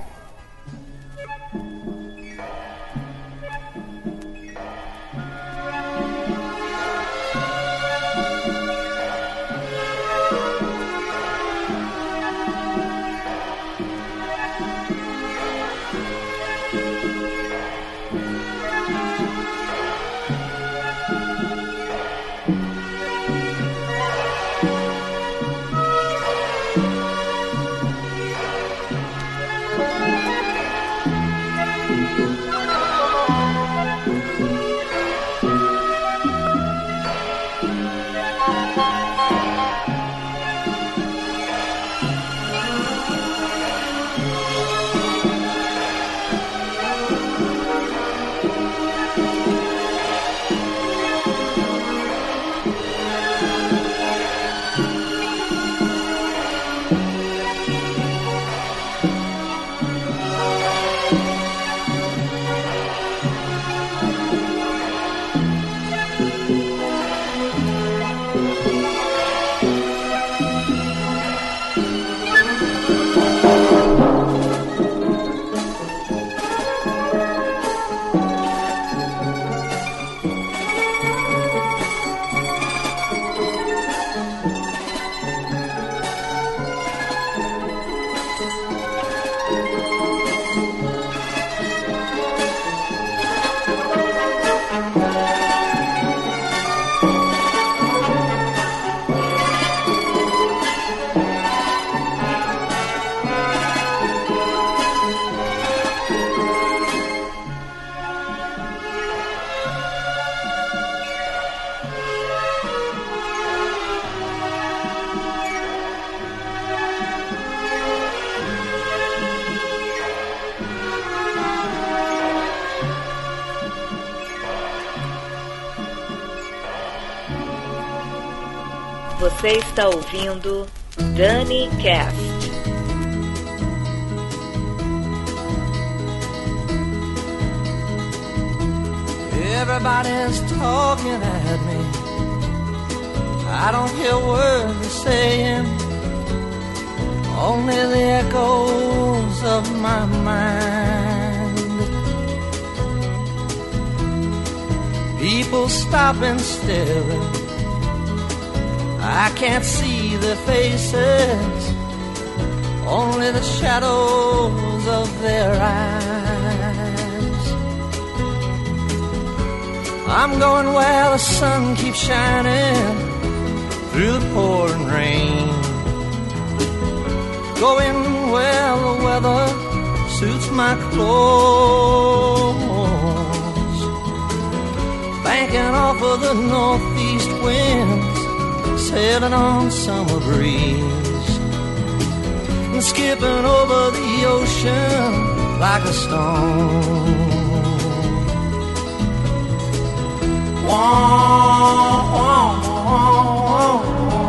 Você está ouvindo DaniCast. Everybody's talking at me. I don't hear words they're saying, only the echoes of my mind. People stop and stare. I can't see their faces, only the shadows of their eyes. I'm going where the sun keeps shining through the pouring rain, going where the weather suits my clothes, banking off of the northeast winds, sailing on summer breeze, and skipping over the ocean like a stone. Wah, wah, wah,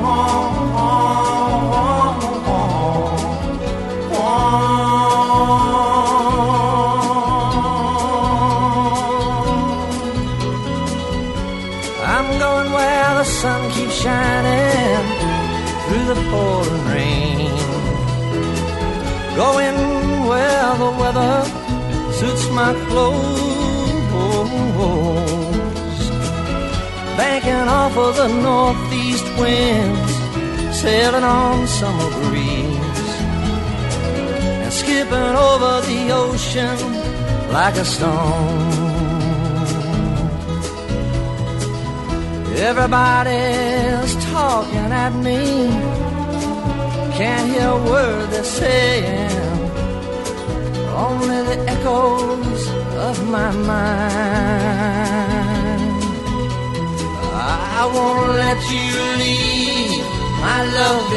sun keeps shining through the pouring rain, going where the weather suits my clothes, banking off of the northeast winds, sailing on summer breeze, and skipping over the ocean like a stone. Everybody's talking at me, can't hear a word they're saying, only the echoes of my mind. I won't let you leave my love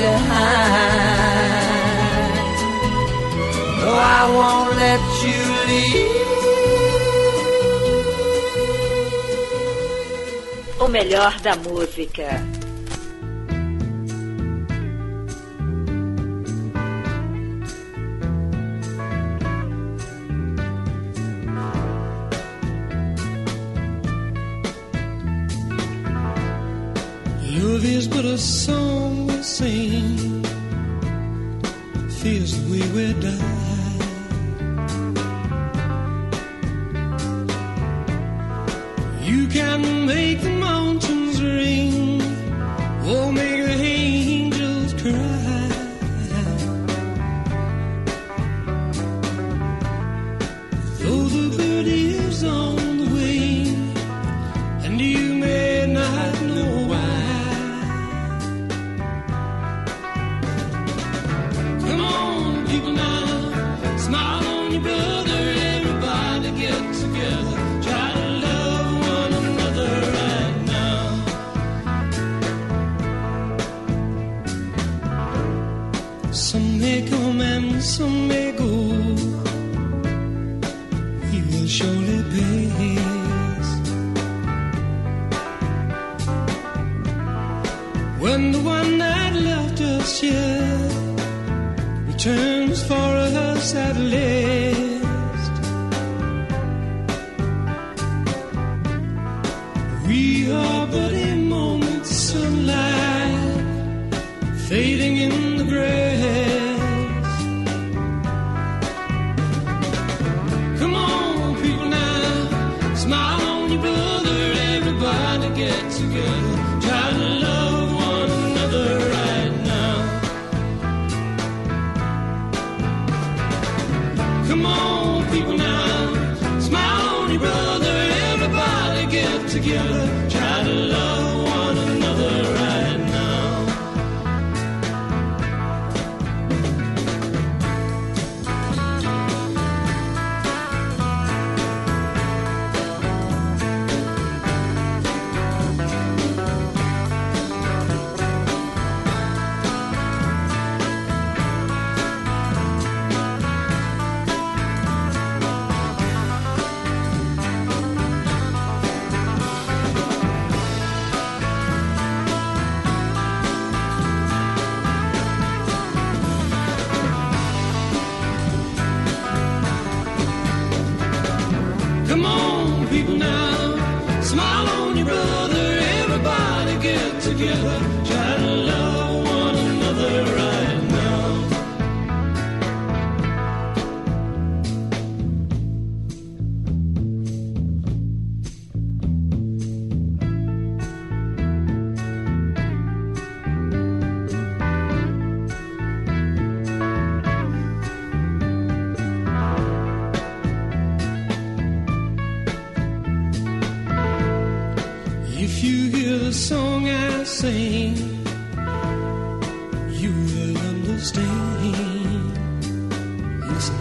behind. No, I won't let you leave. O melhor da música. Love is but a song we sing, feels the way we die. You can make the mountains rain, or make the angels cry. Though the bird is on the wing, and you may not know why. Come on, people now, smile on your brother. Everybody get together, try to love one another right now. Some may come and some may go, we will surely pass. When the one that left us here returns for us at last, we are but a moment's sunlight fading in the grass. Come on, people now, smile on your brother. Everybody get together, try to love one another right now. Come on, people now, smile on your brother. Everybody get together, try to love one another right now. Come on, people now, smile on your brother. Everybody get together, try to love one another right now. If you hear the song I sing, you will understand. Listen.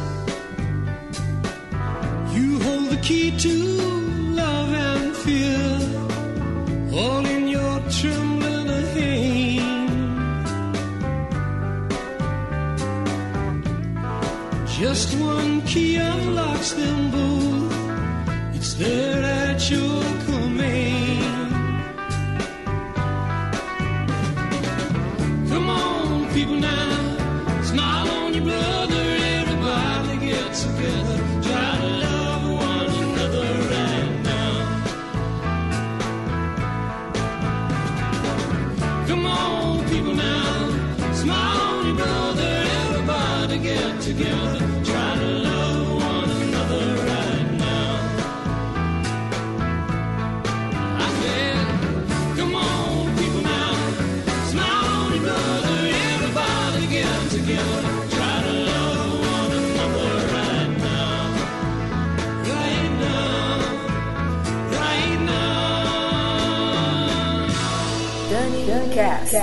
You hold the key to love and fear, all in your trembling hand. Just one key unlocks them both. It's there at your command. Come on, people now, smile on your brother. Everybody get together, try to love one another right now. Come on, people now, smile on your brother. Everybody get together, try to love one another right now. I said, come on, people now, smile on your brother. Everybody get together, try to love one another right now. Right now, right now. Dani Cast.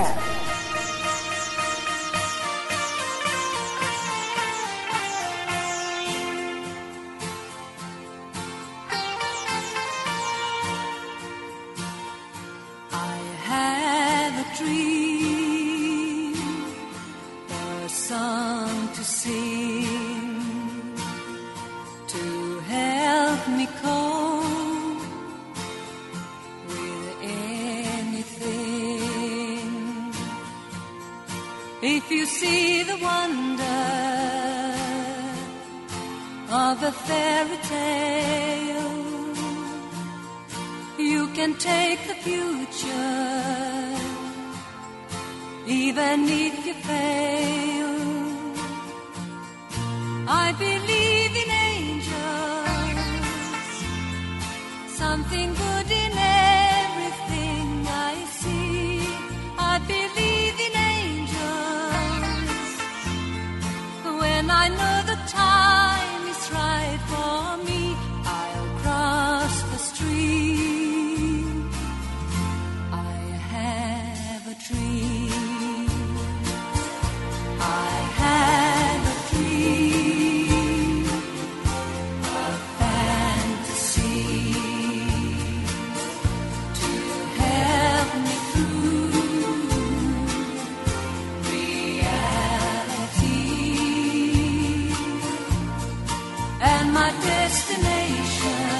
I have a dream, a song to sing, to help me cope with anything. If you see the wonder of a fairy tale, you can take the future, even if you fail. believe in angels, something good in everything I see. I believe in angels when I know the time is right for me. I'll cross the stream. I have a dream. I have a dream, a fantasy to help me through reality, and my destination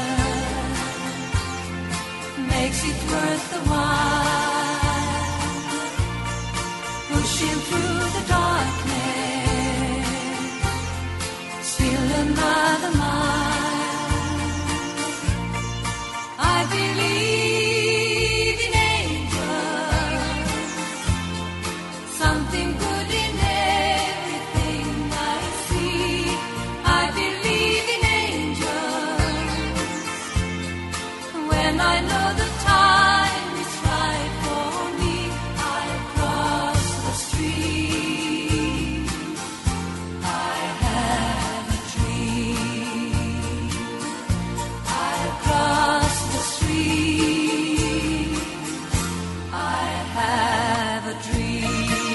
makes it worth the while, pushing through the darkness, still another mile. I believe in angels, something good in everything I see. I believe in angels when I know the time is right for me. I'll cross the street. I have a dream. I'll cross the street. I have a dream.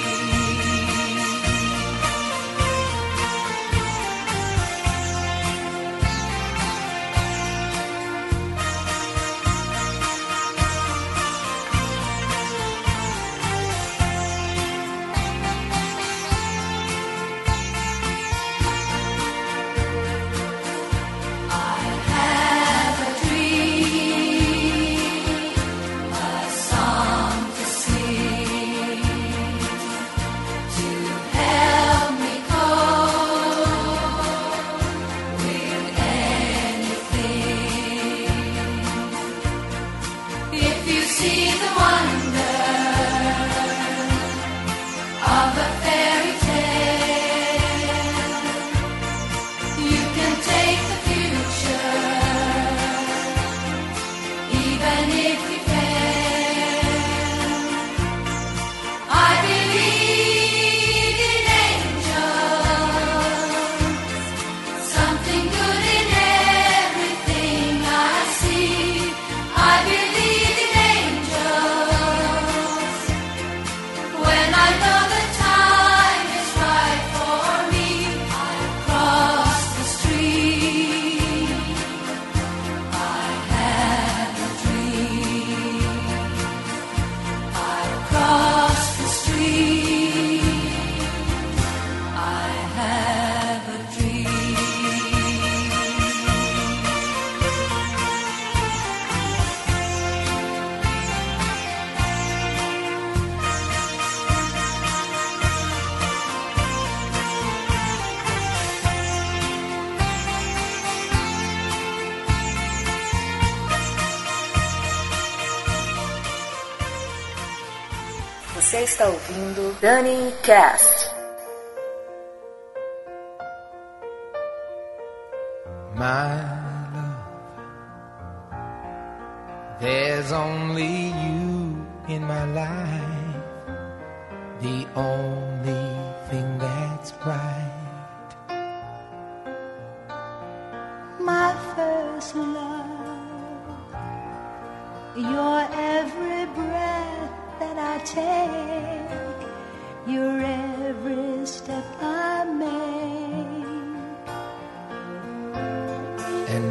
I have a dream, a song to sing, to help me cope with anything. If you see the wonder of a fairy tale, you can take the future, even if you fail. I believe in angels, something good in everything I see. I believe in angels when I know the time is right for me. I'll cross the street. I have a dream. I'll cross the street. I have a dream. Você está ouvindo Dani Cast. My love, there's only you in my life, the only thing that's right. My first love, your every breath that I take, your every step I make. And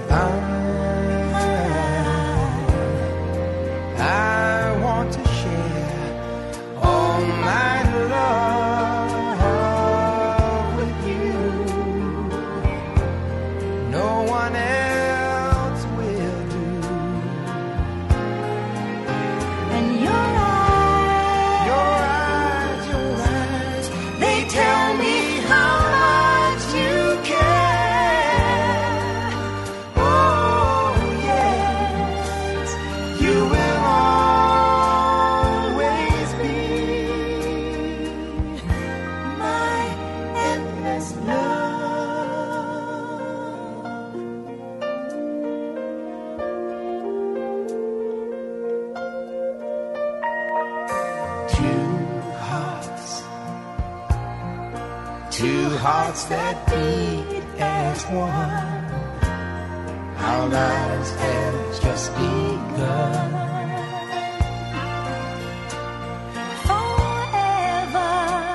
I want to share all my love with you. No one else will do. And your eyes, They tell me how much you care. Oh, two hearts that beat as one. Our lives have just begun. Forever,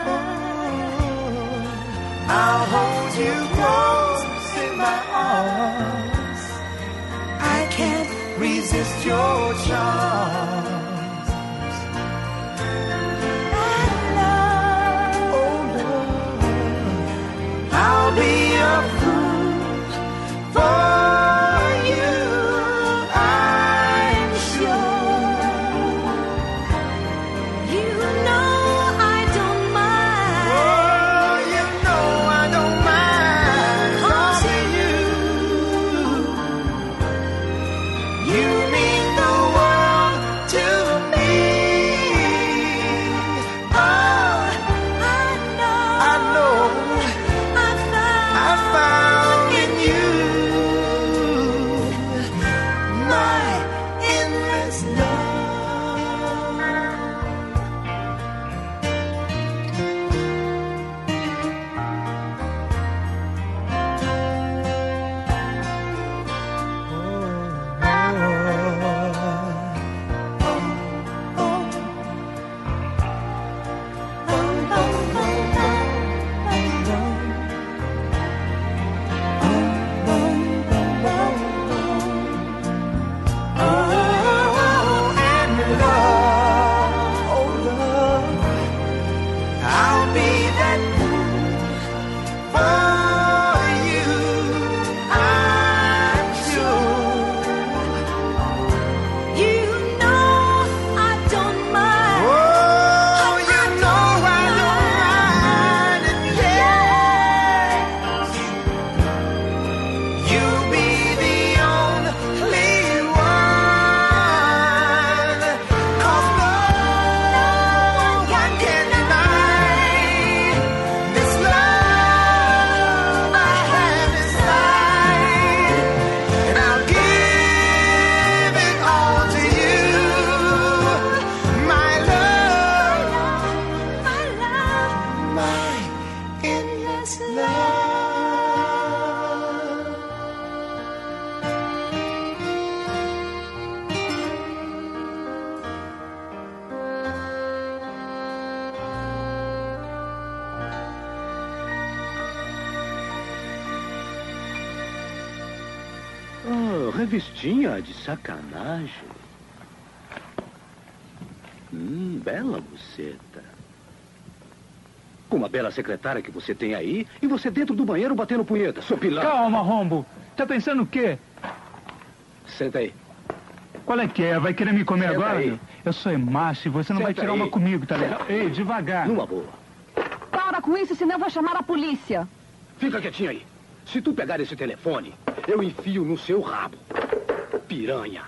I'll hold you close in my arms. I can't resist your charms. I'll be a fool for you, I'm sure. You know I don't mind. Oh, you know I don't mind. 'Cause you mean the world to me. Oh, I know. I found in you my endless Revistinha de sacanagem. Bela buceta. Com uma bela secretária que você tem aí e você dentro do banheiro batendo punheta, seu pilantra. Calma, Rombo. Tá pensando o quê? Senta aí. Qual é que é? Vai querer me comer Senta agora? aí. Eu sou macho e você não vai tirar uma comigo, tá legal? Ei, devagar. Numa boa. Para com isso, senão eu vou chamar a polícia. Fica quietinho aí. Se tu pegar esse telefone, eu enfio no seu rabo. Piranha.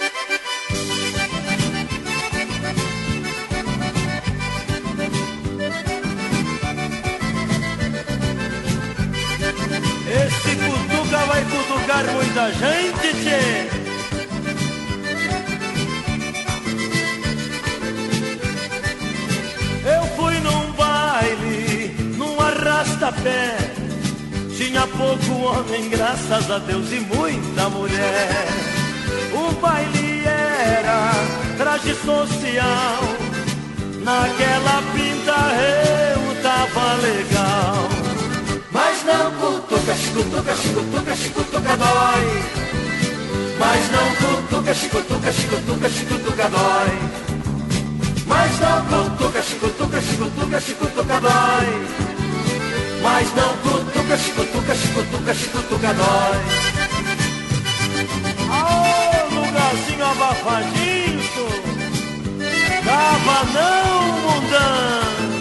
Esse cutuca vai cutucar muita gente, tchê. Eu fui num baile, num arrasta-pé. Tinha pouco homem, graças a Deus, e muita mulher. O baile era traje social. Naquela pinta eu tava legal. Mas não cutuca, chicutuca, chicutuca, chicutuca dói. Mas não cutuca, chicutuca, chicutuca, chicutuca dói. Mas não cutuca, chicutuca, chicutuca, chicutuca dói. Mas não cutuca, chicutuca, chicutuca, chicutuca dói. Ô, lugarzinho abafadinho, dava não, mundão.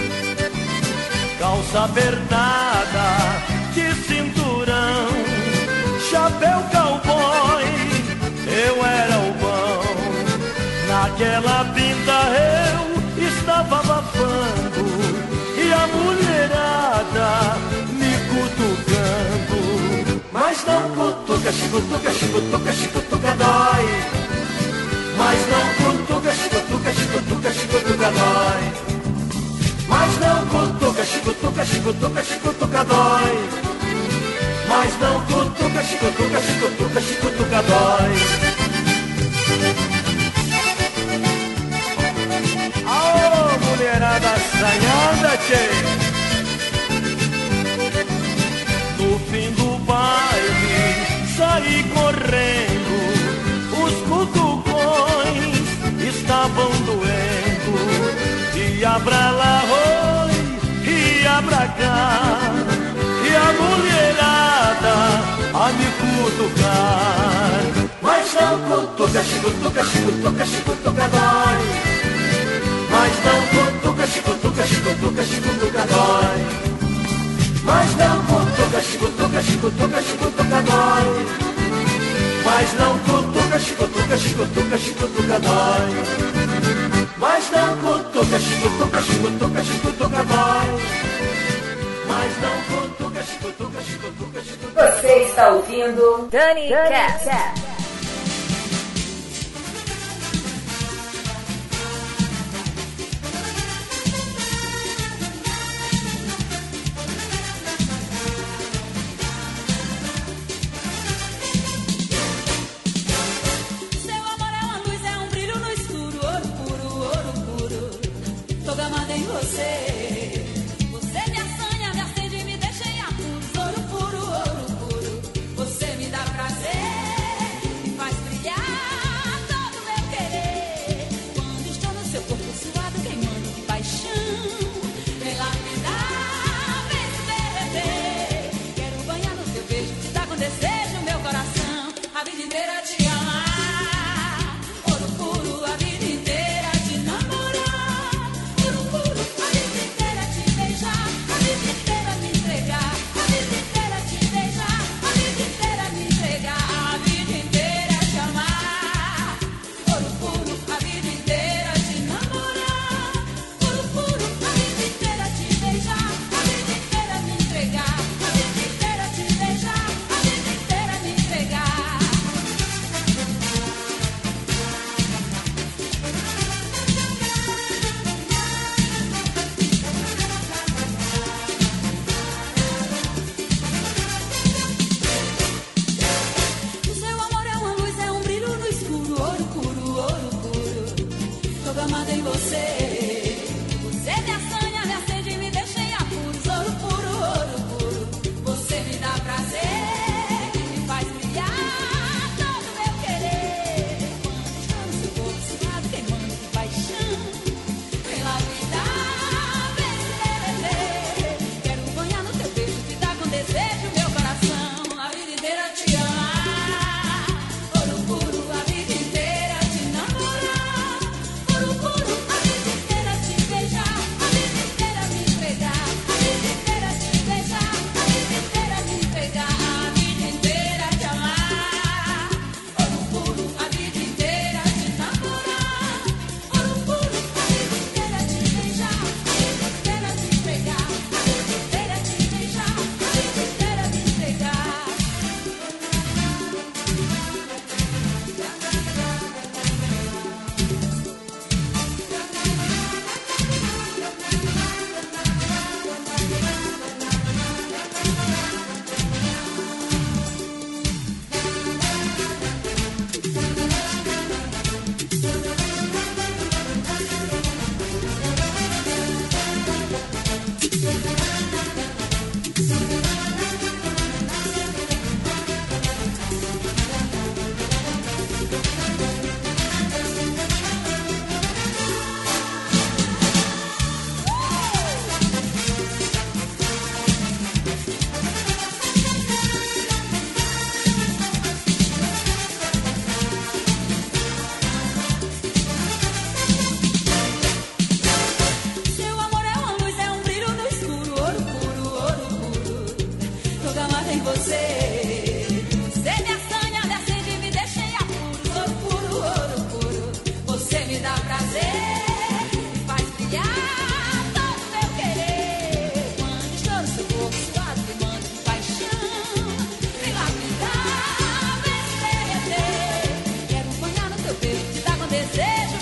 Calça apertada, de cinturão, chapéu cowboy, eu era o bom. Naquela pinta eu estava abafando e a mulherada me cutucando. Mas não cutuca, chicutuca, chicutuca, chicutuca dói. Mas não cutuca, chicutuca, chicutuca, chicutuca dói. Mas não cutuca, chicutuca, chicutuca, chicutuca, chicutuca dói. Mas não cutuca, chicutuca, chicutuca, chicutuca dói. Aô, mulherada assanhada, tchê! No fim do baile, saí correndo. Os cutucões estavam doendo. Ia pra lá, oi, ia pra cá. E a mulherada a me cutucar. Mas não cutuca, chicutuca, chicutuca, chicutuca dói. Mas não cutuca, chicutuca, chicutuca, chicutuca dói. Mas não cutuca, chicutuca, chicutuca, chicutuca dói. Mas não cutuca, chicutuca, chicutuca, chicutuca dói. Mas não cutuca, chicutuca, chicutuca, chicutuca dói. Mas não cutuca, chicutuca, chicutuca, chicutuca. Você está ouvindo Dani Cast.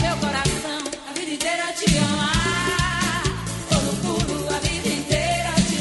Desejo meu coração a vida inteira te amar, todo puro a vida inteira te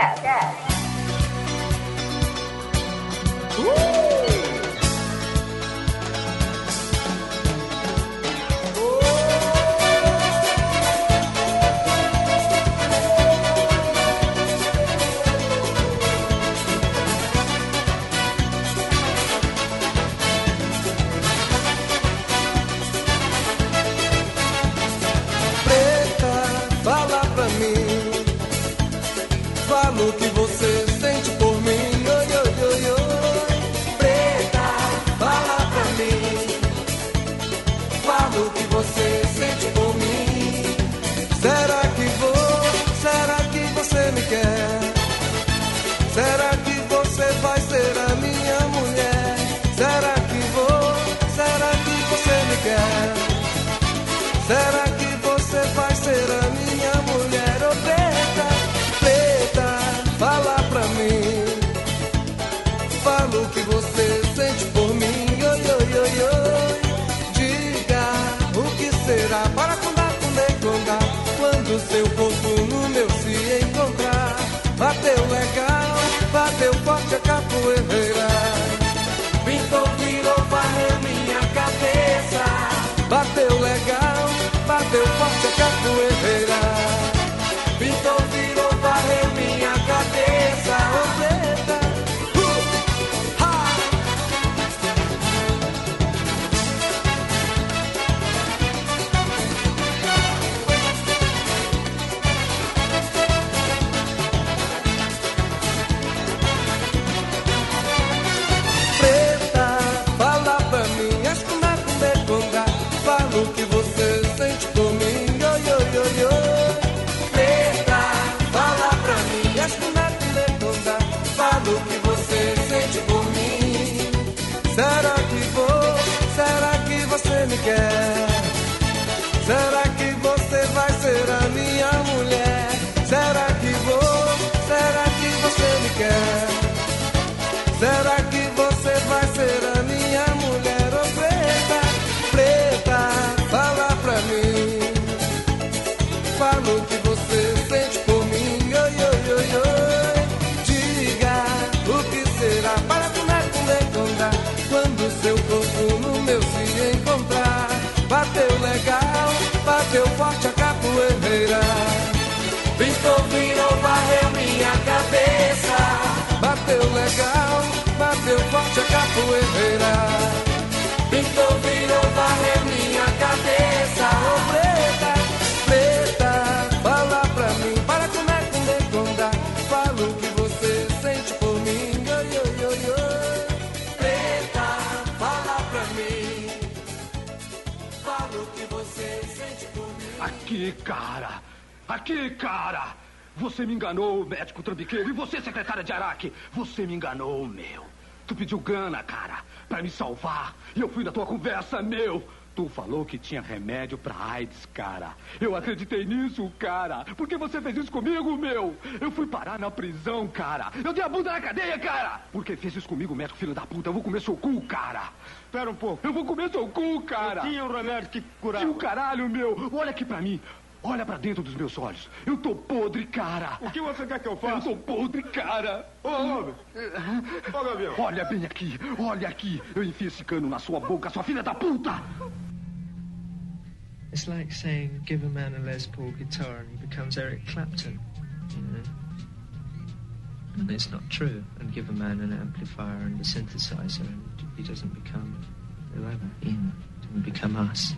Fala o que você sente por mim, oi, oi, oi, oi. Preta, fala pra mim. Fala o que você sente por mim. Será que você me quer? Será que você vai ser a minha mulher? Será que você me quer? Será que você vai ser a minha mulher? Oh, preta, fala pra mim. Fala o que você sente por mim, oi, oi, oi, oi. Diga o que será para condar, quando seu corpo no meu se encontrar. Bateu legal, bateu forte a capoeira. Pintou, virou, varreu minha cabeça. Bateu legal, bateu forte a capoeira. Pintou, virou, varreu minha cabeça. Oh, preta, ha! Preta, fala pra mim, esconder, contar. Fala o que você sente por mim, oi, oi, oi, oi. Preta, fala pra mim, esconder, contar. Fala o que você sente por mim. Será que você me quer? Será que você vai ser a minha mulher? Será que você me quer? Será que você vai ser a minha mulher? Oh, preta, fala pra mim. Fala o que você sente por mim, oi, oi, oi, oi. Diga o que será para contar, quando seu corpo no meu se encontrar. Bateu legal, bateu forte a capoeira. Pintou, virou, varreu minha cabeça. Bateu legal, bateu forte a capoeira. Pintou, virou, varreu minha cabeça. Oh, preta, fala pra mim. Para contar, fala o que você sente por mim. Oi, oi, oi, oi. Preta, fala pra mim. Fala o que você sente por mim. Aqui, cara! Aqui, cara! Você me enganou, médico trambiqueiro. E você, secretária de Araque, você me enganou, meu. Tu pediu grana, cara, pra me salvar. E eu fui na tua conversa, meu. Tu falou que tinha remédio pra AIDS, cara. Eu acreditei nisso, cara. Por que você fez isso comigo, meu? Eu fui parar na prisão, cara. Eu dei a bunda na cadeia, cara. Por que fez isso comigo, médico filho da puta? Eu vou comer seu cu, cara. Espera um pouco. Eu vou comer seu cu, cara. Eu tinha um remédio que curava. E o caralho, meu. Olha aqui pra mim. Olha pra dentro dos meus olhos. Eu tô podre, cara. O que você quer que eu faça? Eu tô podre, cara. Ô, homem. Ô, Gavião. Olha bem aqui. Olha aqui. Eu enfio esse cano na sua boca, sua filha da puta. It's like saying, give a man a Les Paul guitar and he becomes Eric Clapton, you know? And it's not true. And give a man an amplifier and a synthesizer and he doesn't become whoever, you know, doesn't become us.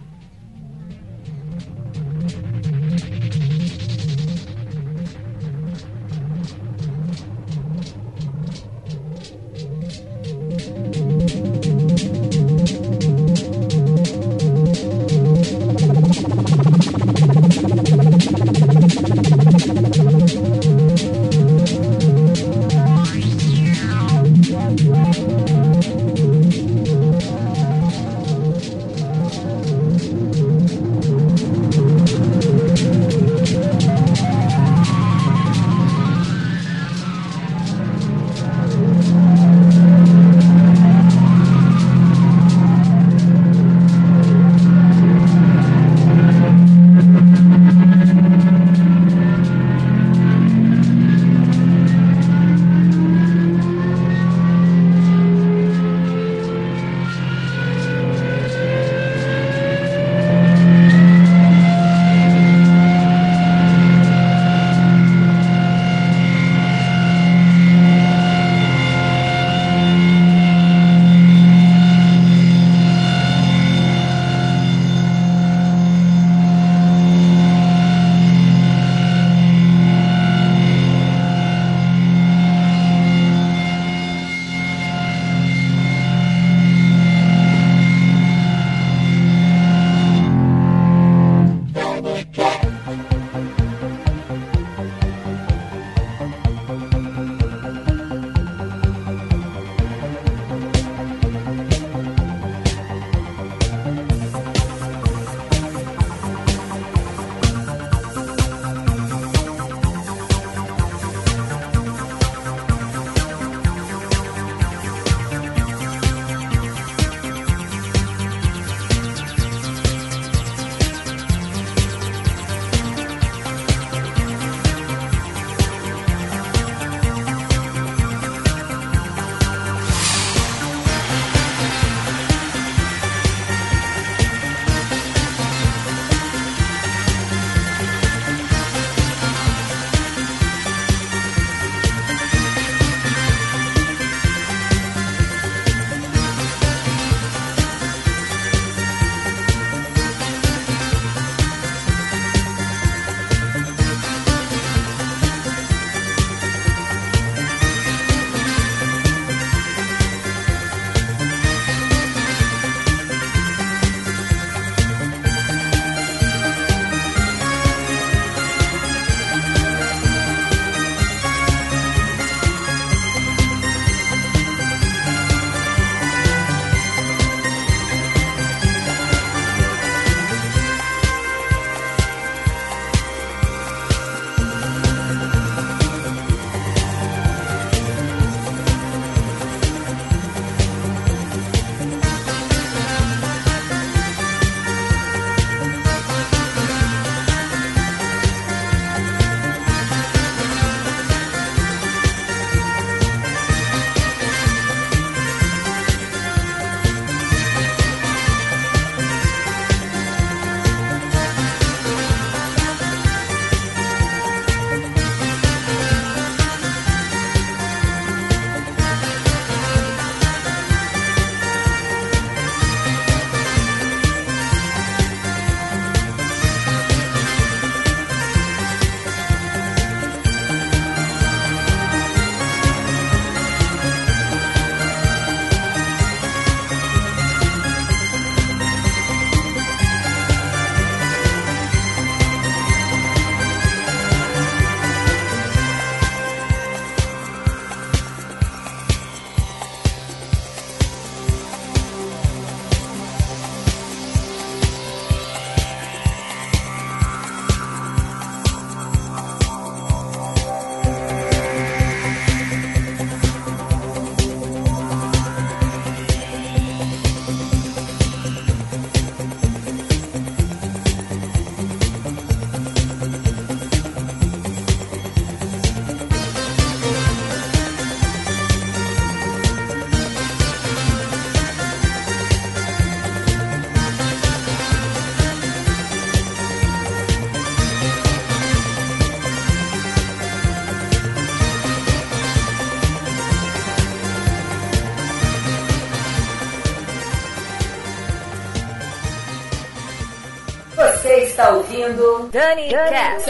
Você está ouvindo Dani Cast.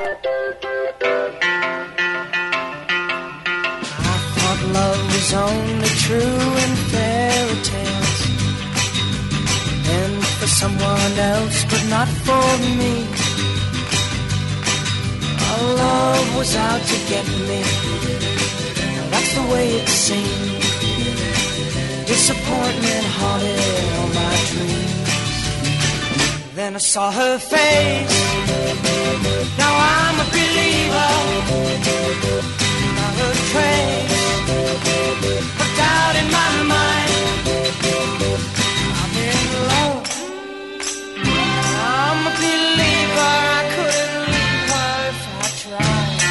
Love was only true in fairy tales, and for someone else, but not for me. Our love was out to get me, that's the way it seemed. Disappointment haunted all my dreams. Then I saw her face, now I'm a believer. Not a trace of doubt in my mind. I'm in love. I'm a believer. I couldn't leave her if I tried.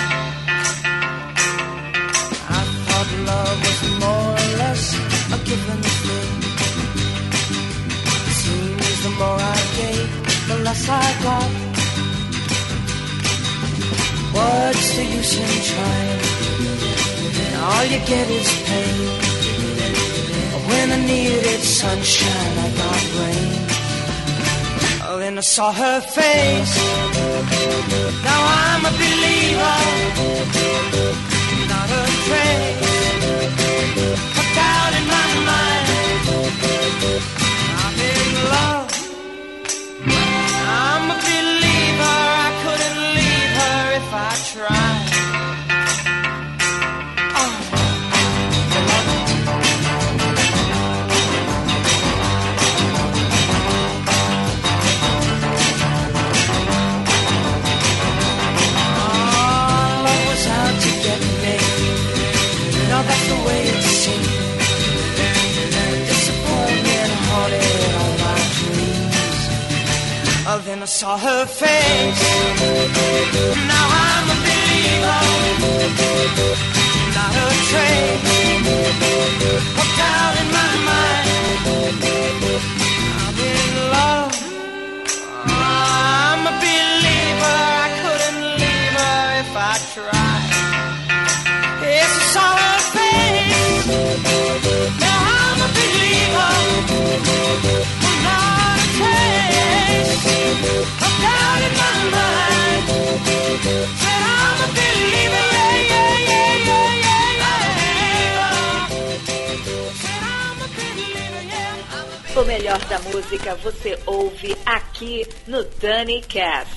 I thought love was more or less a given thing. It seems the more I gave, the less I got. What's the use in trying? All you get is pain. When I needed sunshine, I got rain. Oh, then I saw her face. Now I'm a believer. Not a trace of doubt in my mind. I'm in love. I'm a believer. I couldn't leave her if I tried. That's the way it seemed. Disappointment haunted all my dreams. Oh, then I saw her face. Now I'm a believer. Not a trace of doubt in my mind. I'm in love. I'm a believer. I couldn't leave her if I tried. Yes, I saw her. Now I'm a believer. Not a trace of doubt in my mind. Said I'm a believer, yeah, yeah, yeah, yeah, yeah. Said I'm a believer, yeah. O melhor da música você ouve aqui no Dani Cast.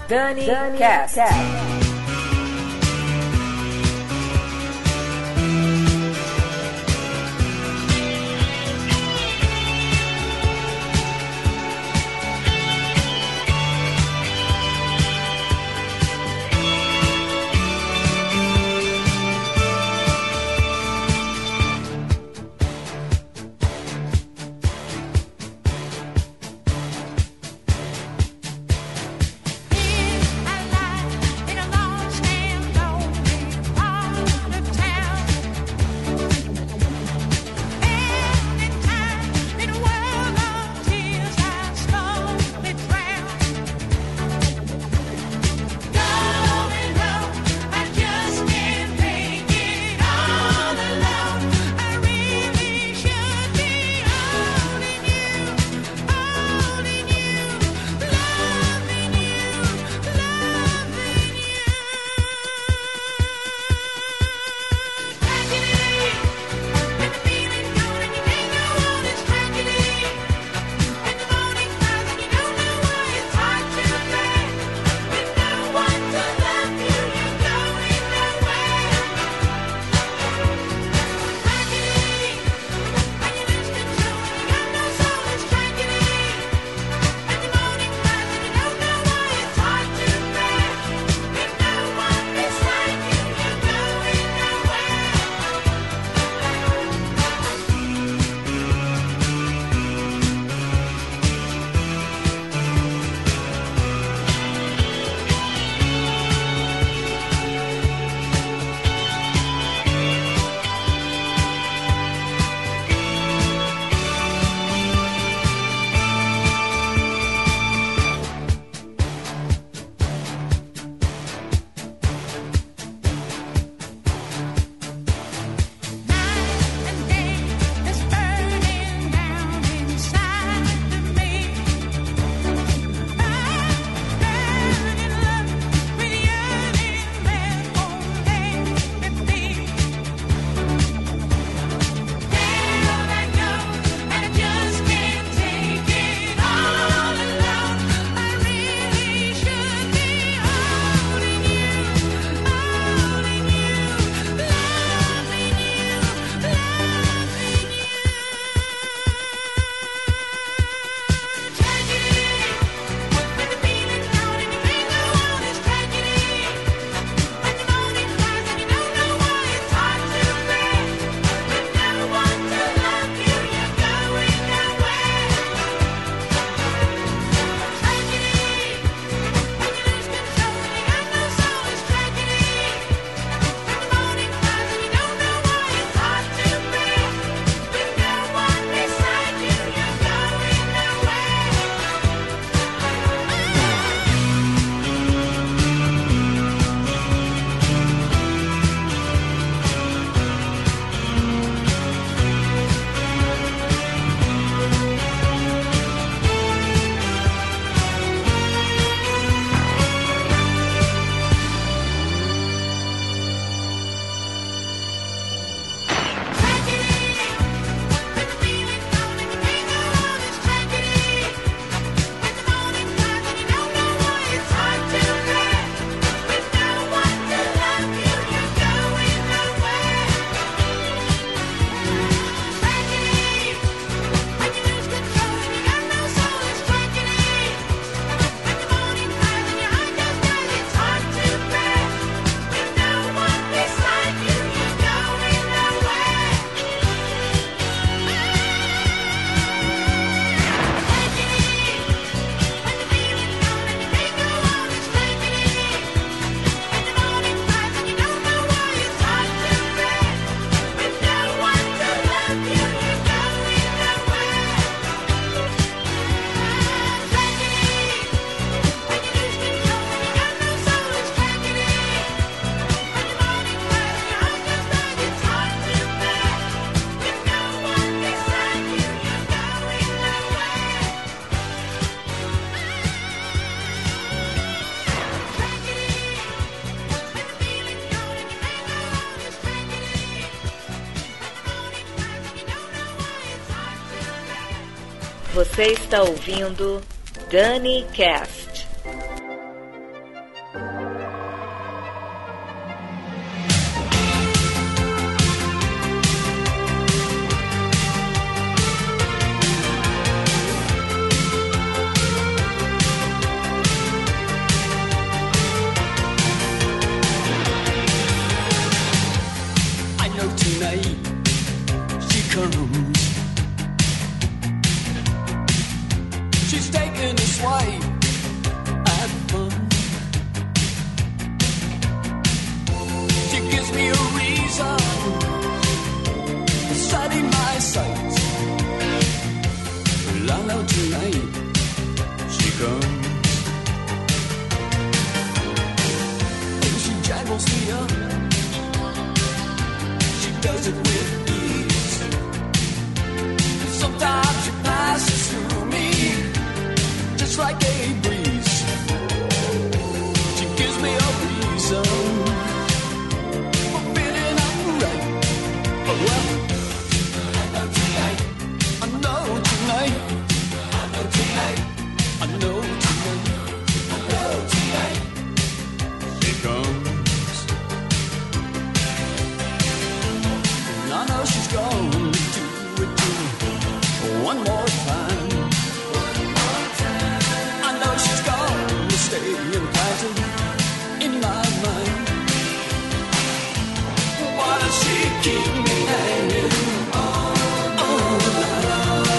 Dani Cast. Você está ouvindo Dani Cast. comes. She's taking a swipe at fun. She gives me a reason, setting my sights. Well, I know tonight she comes. Oh, she jangles me up. She does it with ease. Sometimes she passes through me just like a breeze. She gives me a reason for feeling alright. But well, I know tonight, I know tonight, I know tonight, I know tonight, I know tonight, she comes. And I know she's gonna do it to me one more time. I know she's gonna stay implanted in my mind. Why does she keep me hanging all the night?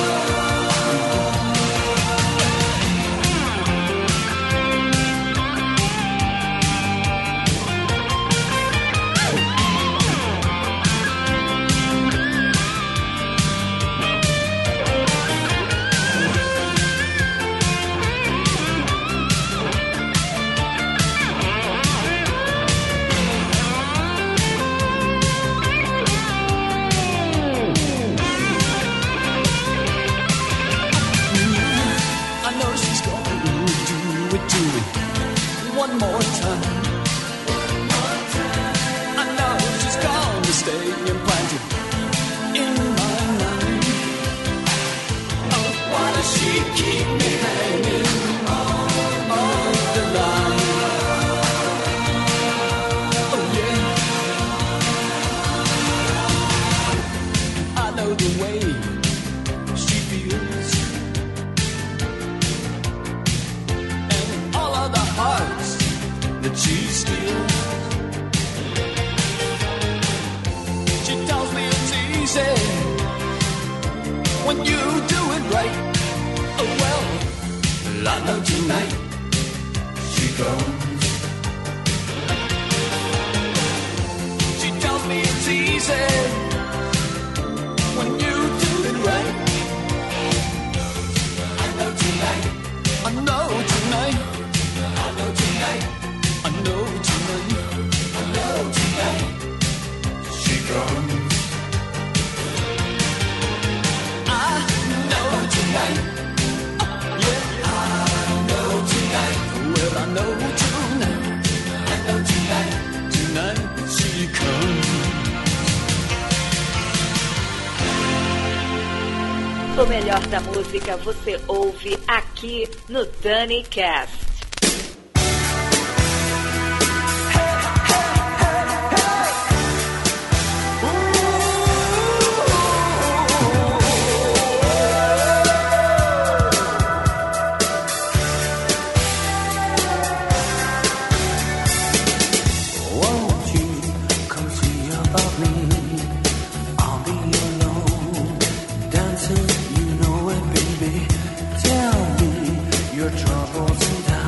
I know she's gonna do it to me one more time. I know she's gonna stay implanted in my mind. Oh, why does she keep me hanging on the line? Oh yeah, I know the way she feels. All of the hearts that she steals. She tells me it's easy when you do it right. Oh well, I know tonight she comes. She tells me it's easy when you do it right. I know tonight, I know tonight, I know tonight, I know tonight, I know tonight, she comes. I know tonight, yeah, I know tonight, well I know tonight, I know tonight, tonight she comes. O melhor da música você ouve aqui no DaniCast. Won't you come see about me? I'll be alone, dancing, you know it, baby. Tell me your troubles and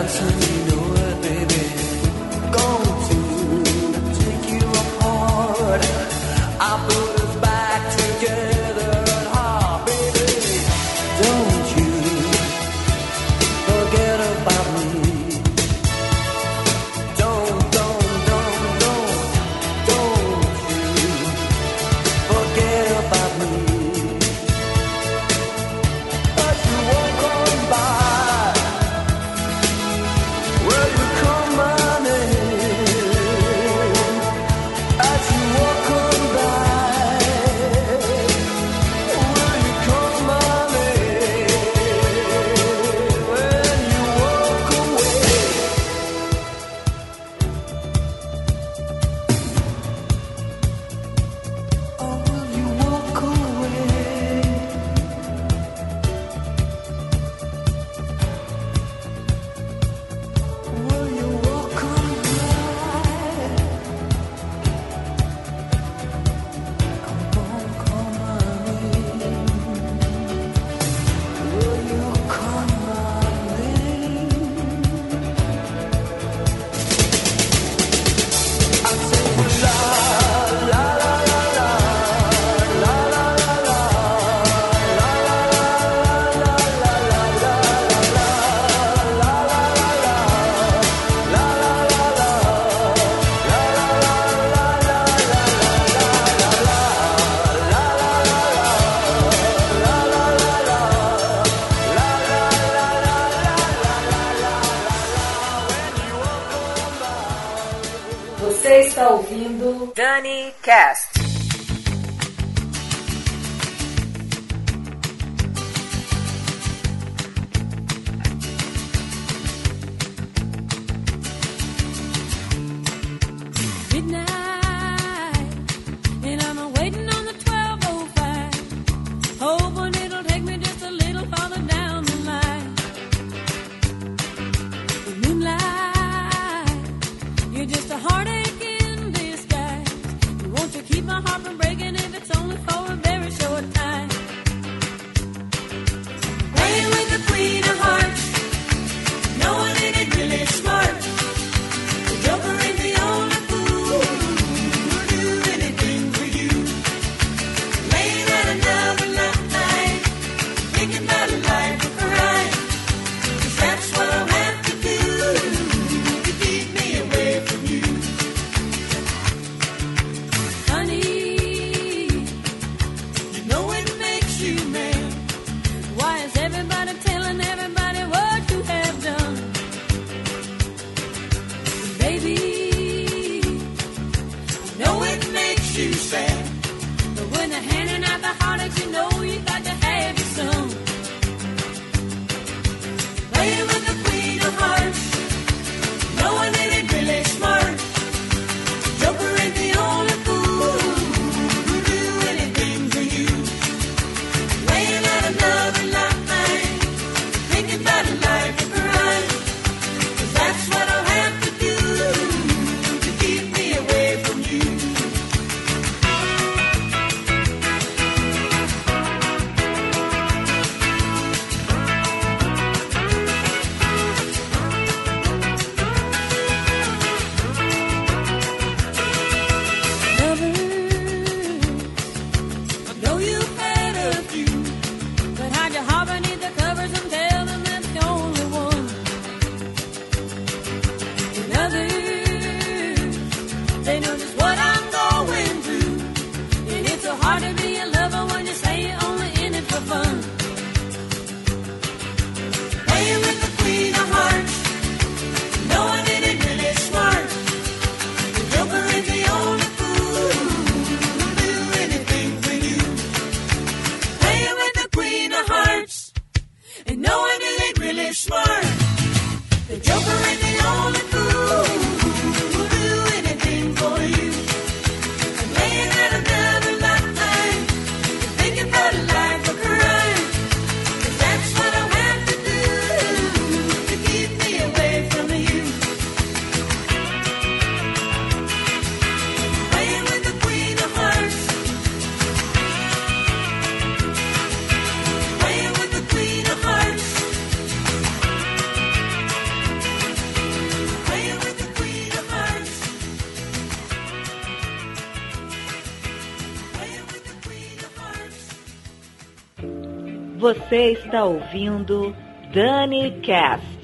Você está ouvindo Dani Cast. Você está ouvindo DaniCast.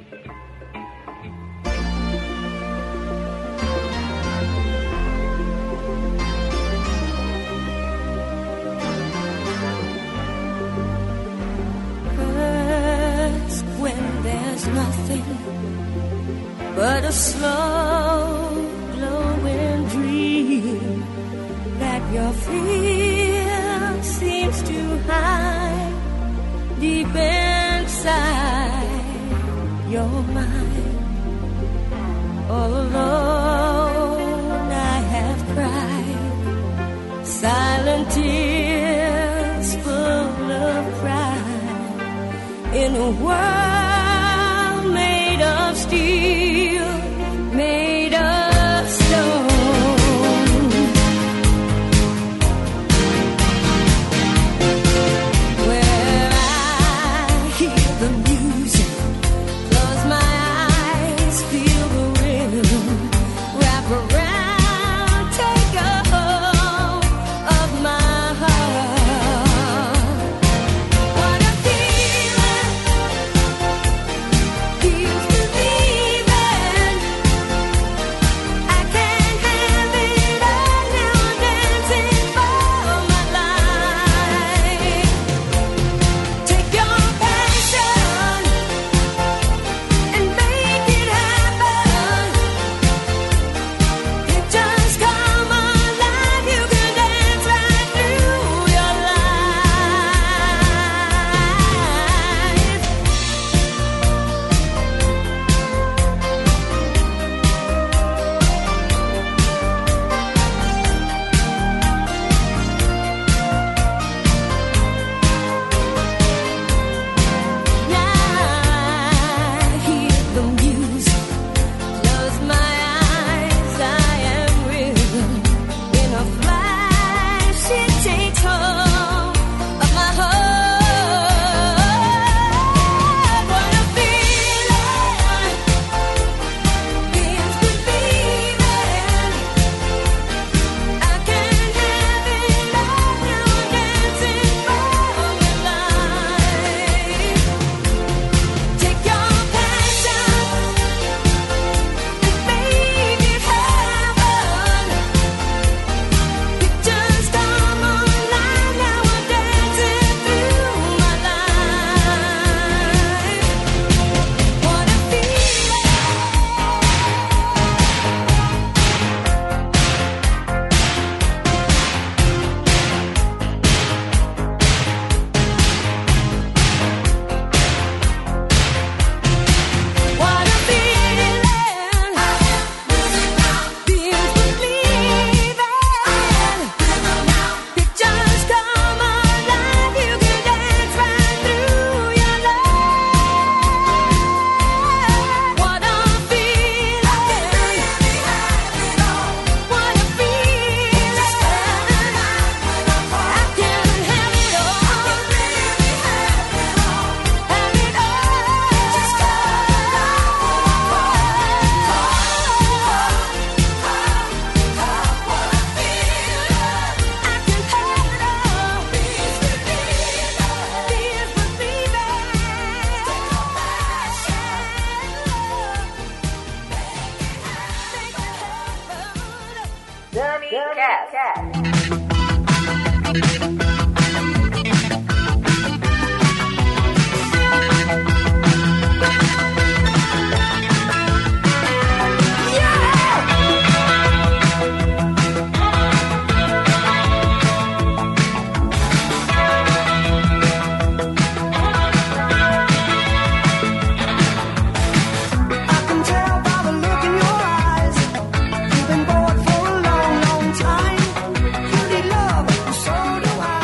When there's nothing but a slow glowing dream that your fear seems to hide deep inside your mind. All alone I have cried silent tears full of pride in a world made of steel, made of stone. Where I hear the music, close my eyes, feel the rhythm, wrap around, take a hold of my heart. What a feeling, feels believing. I can't have it all now, I'm dancing for my life. Take your passion and make it happen. It just come alive, you can dance right through your life. Now I hear the music, close my eyes, I am rhythm. In a flash, it takes hold of my heart. What a feeling, feels believing. I can't have it all now, I'm dancing for my life. Take your passion and make it happen. It just come alive now, I'm dancing through my life. What a feeling. What a feeling, feels believing. It just come alive, you can dance right through your life. What a feeling, what a feeling. I can have it all, have it DaniCast. I can tell by the look in your eyes, you've been bored for a long, long time. You need love, and so do I.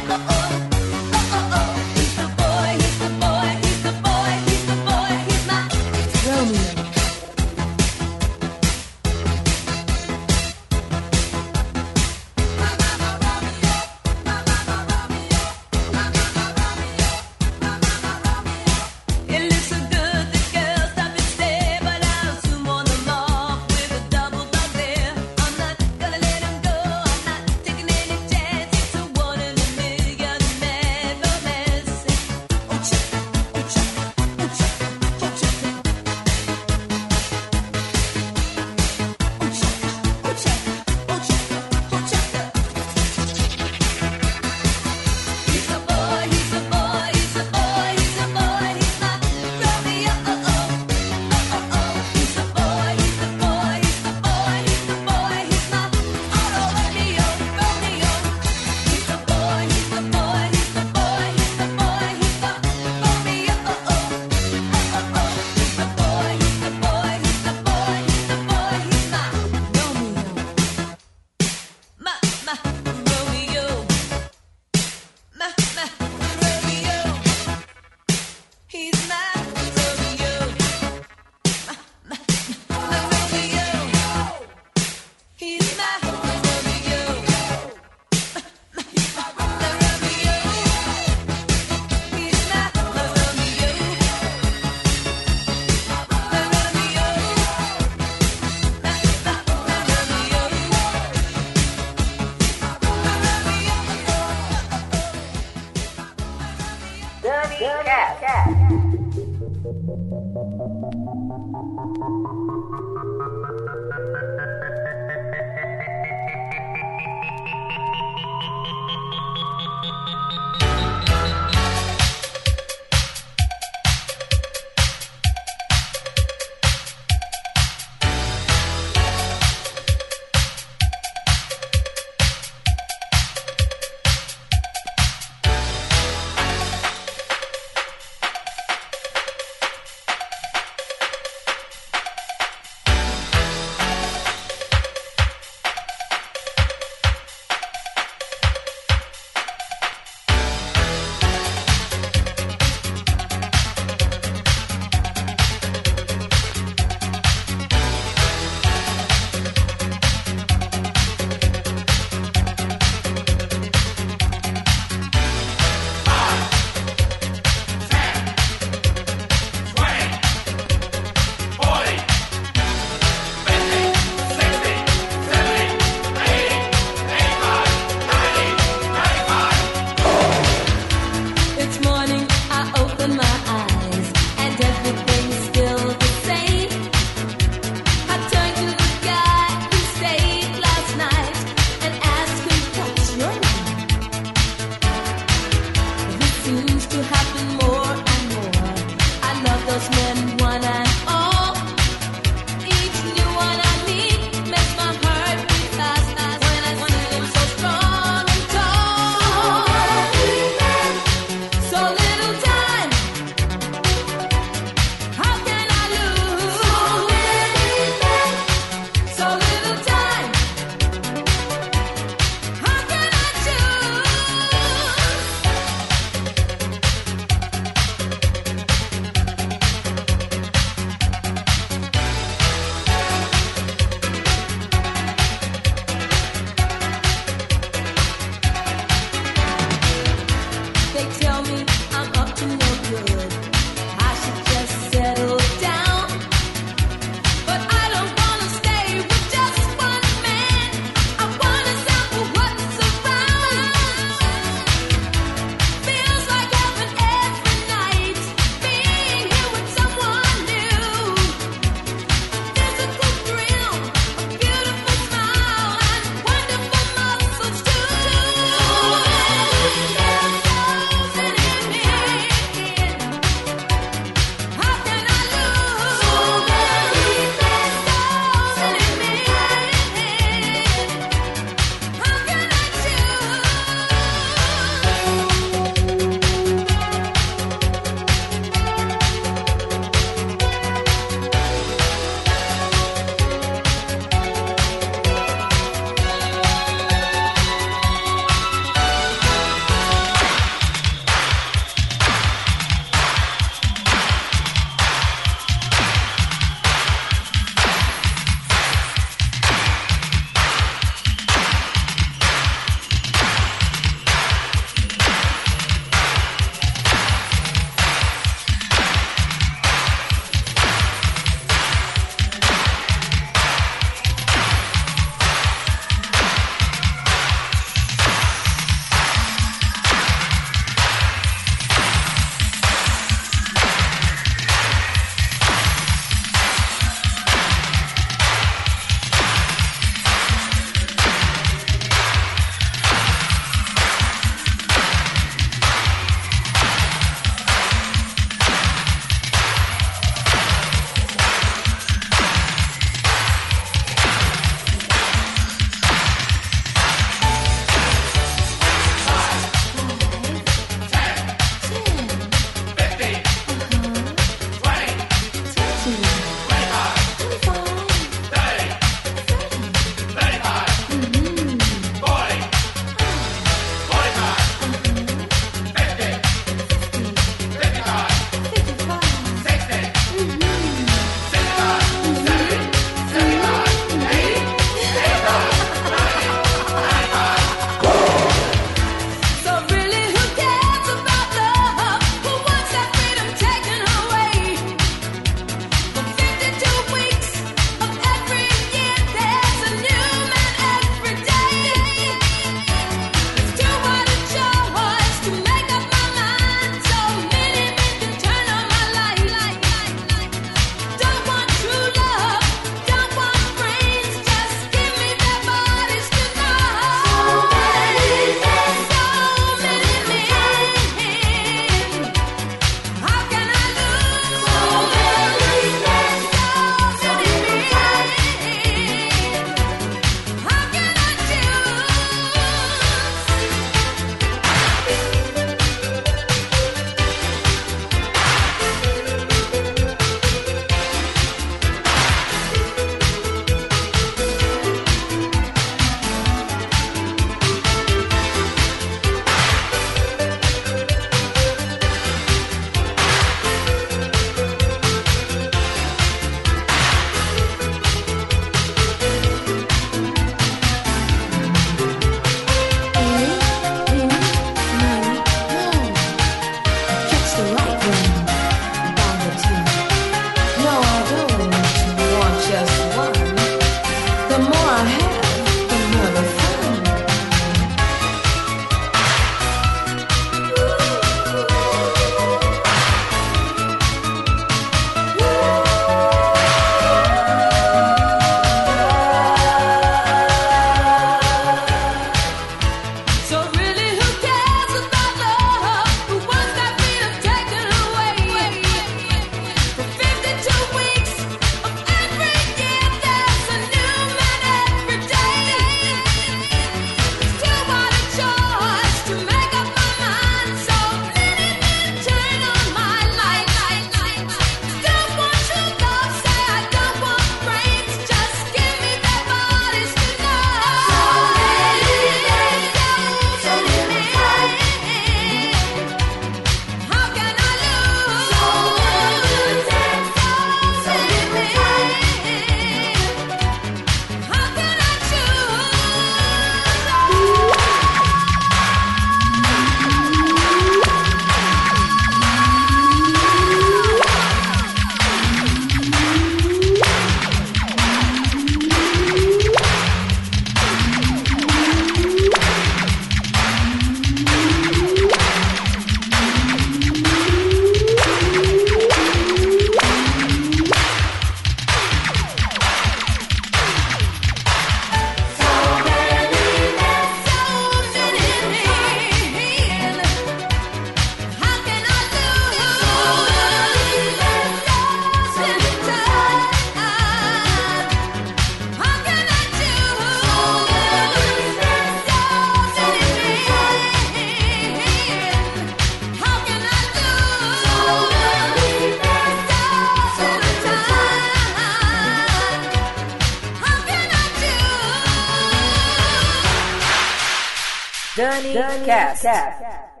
Dani Cast.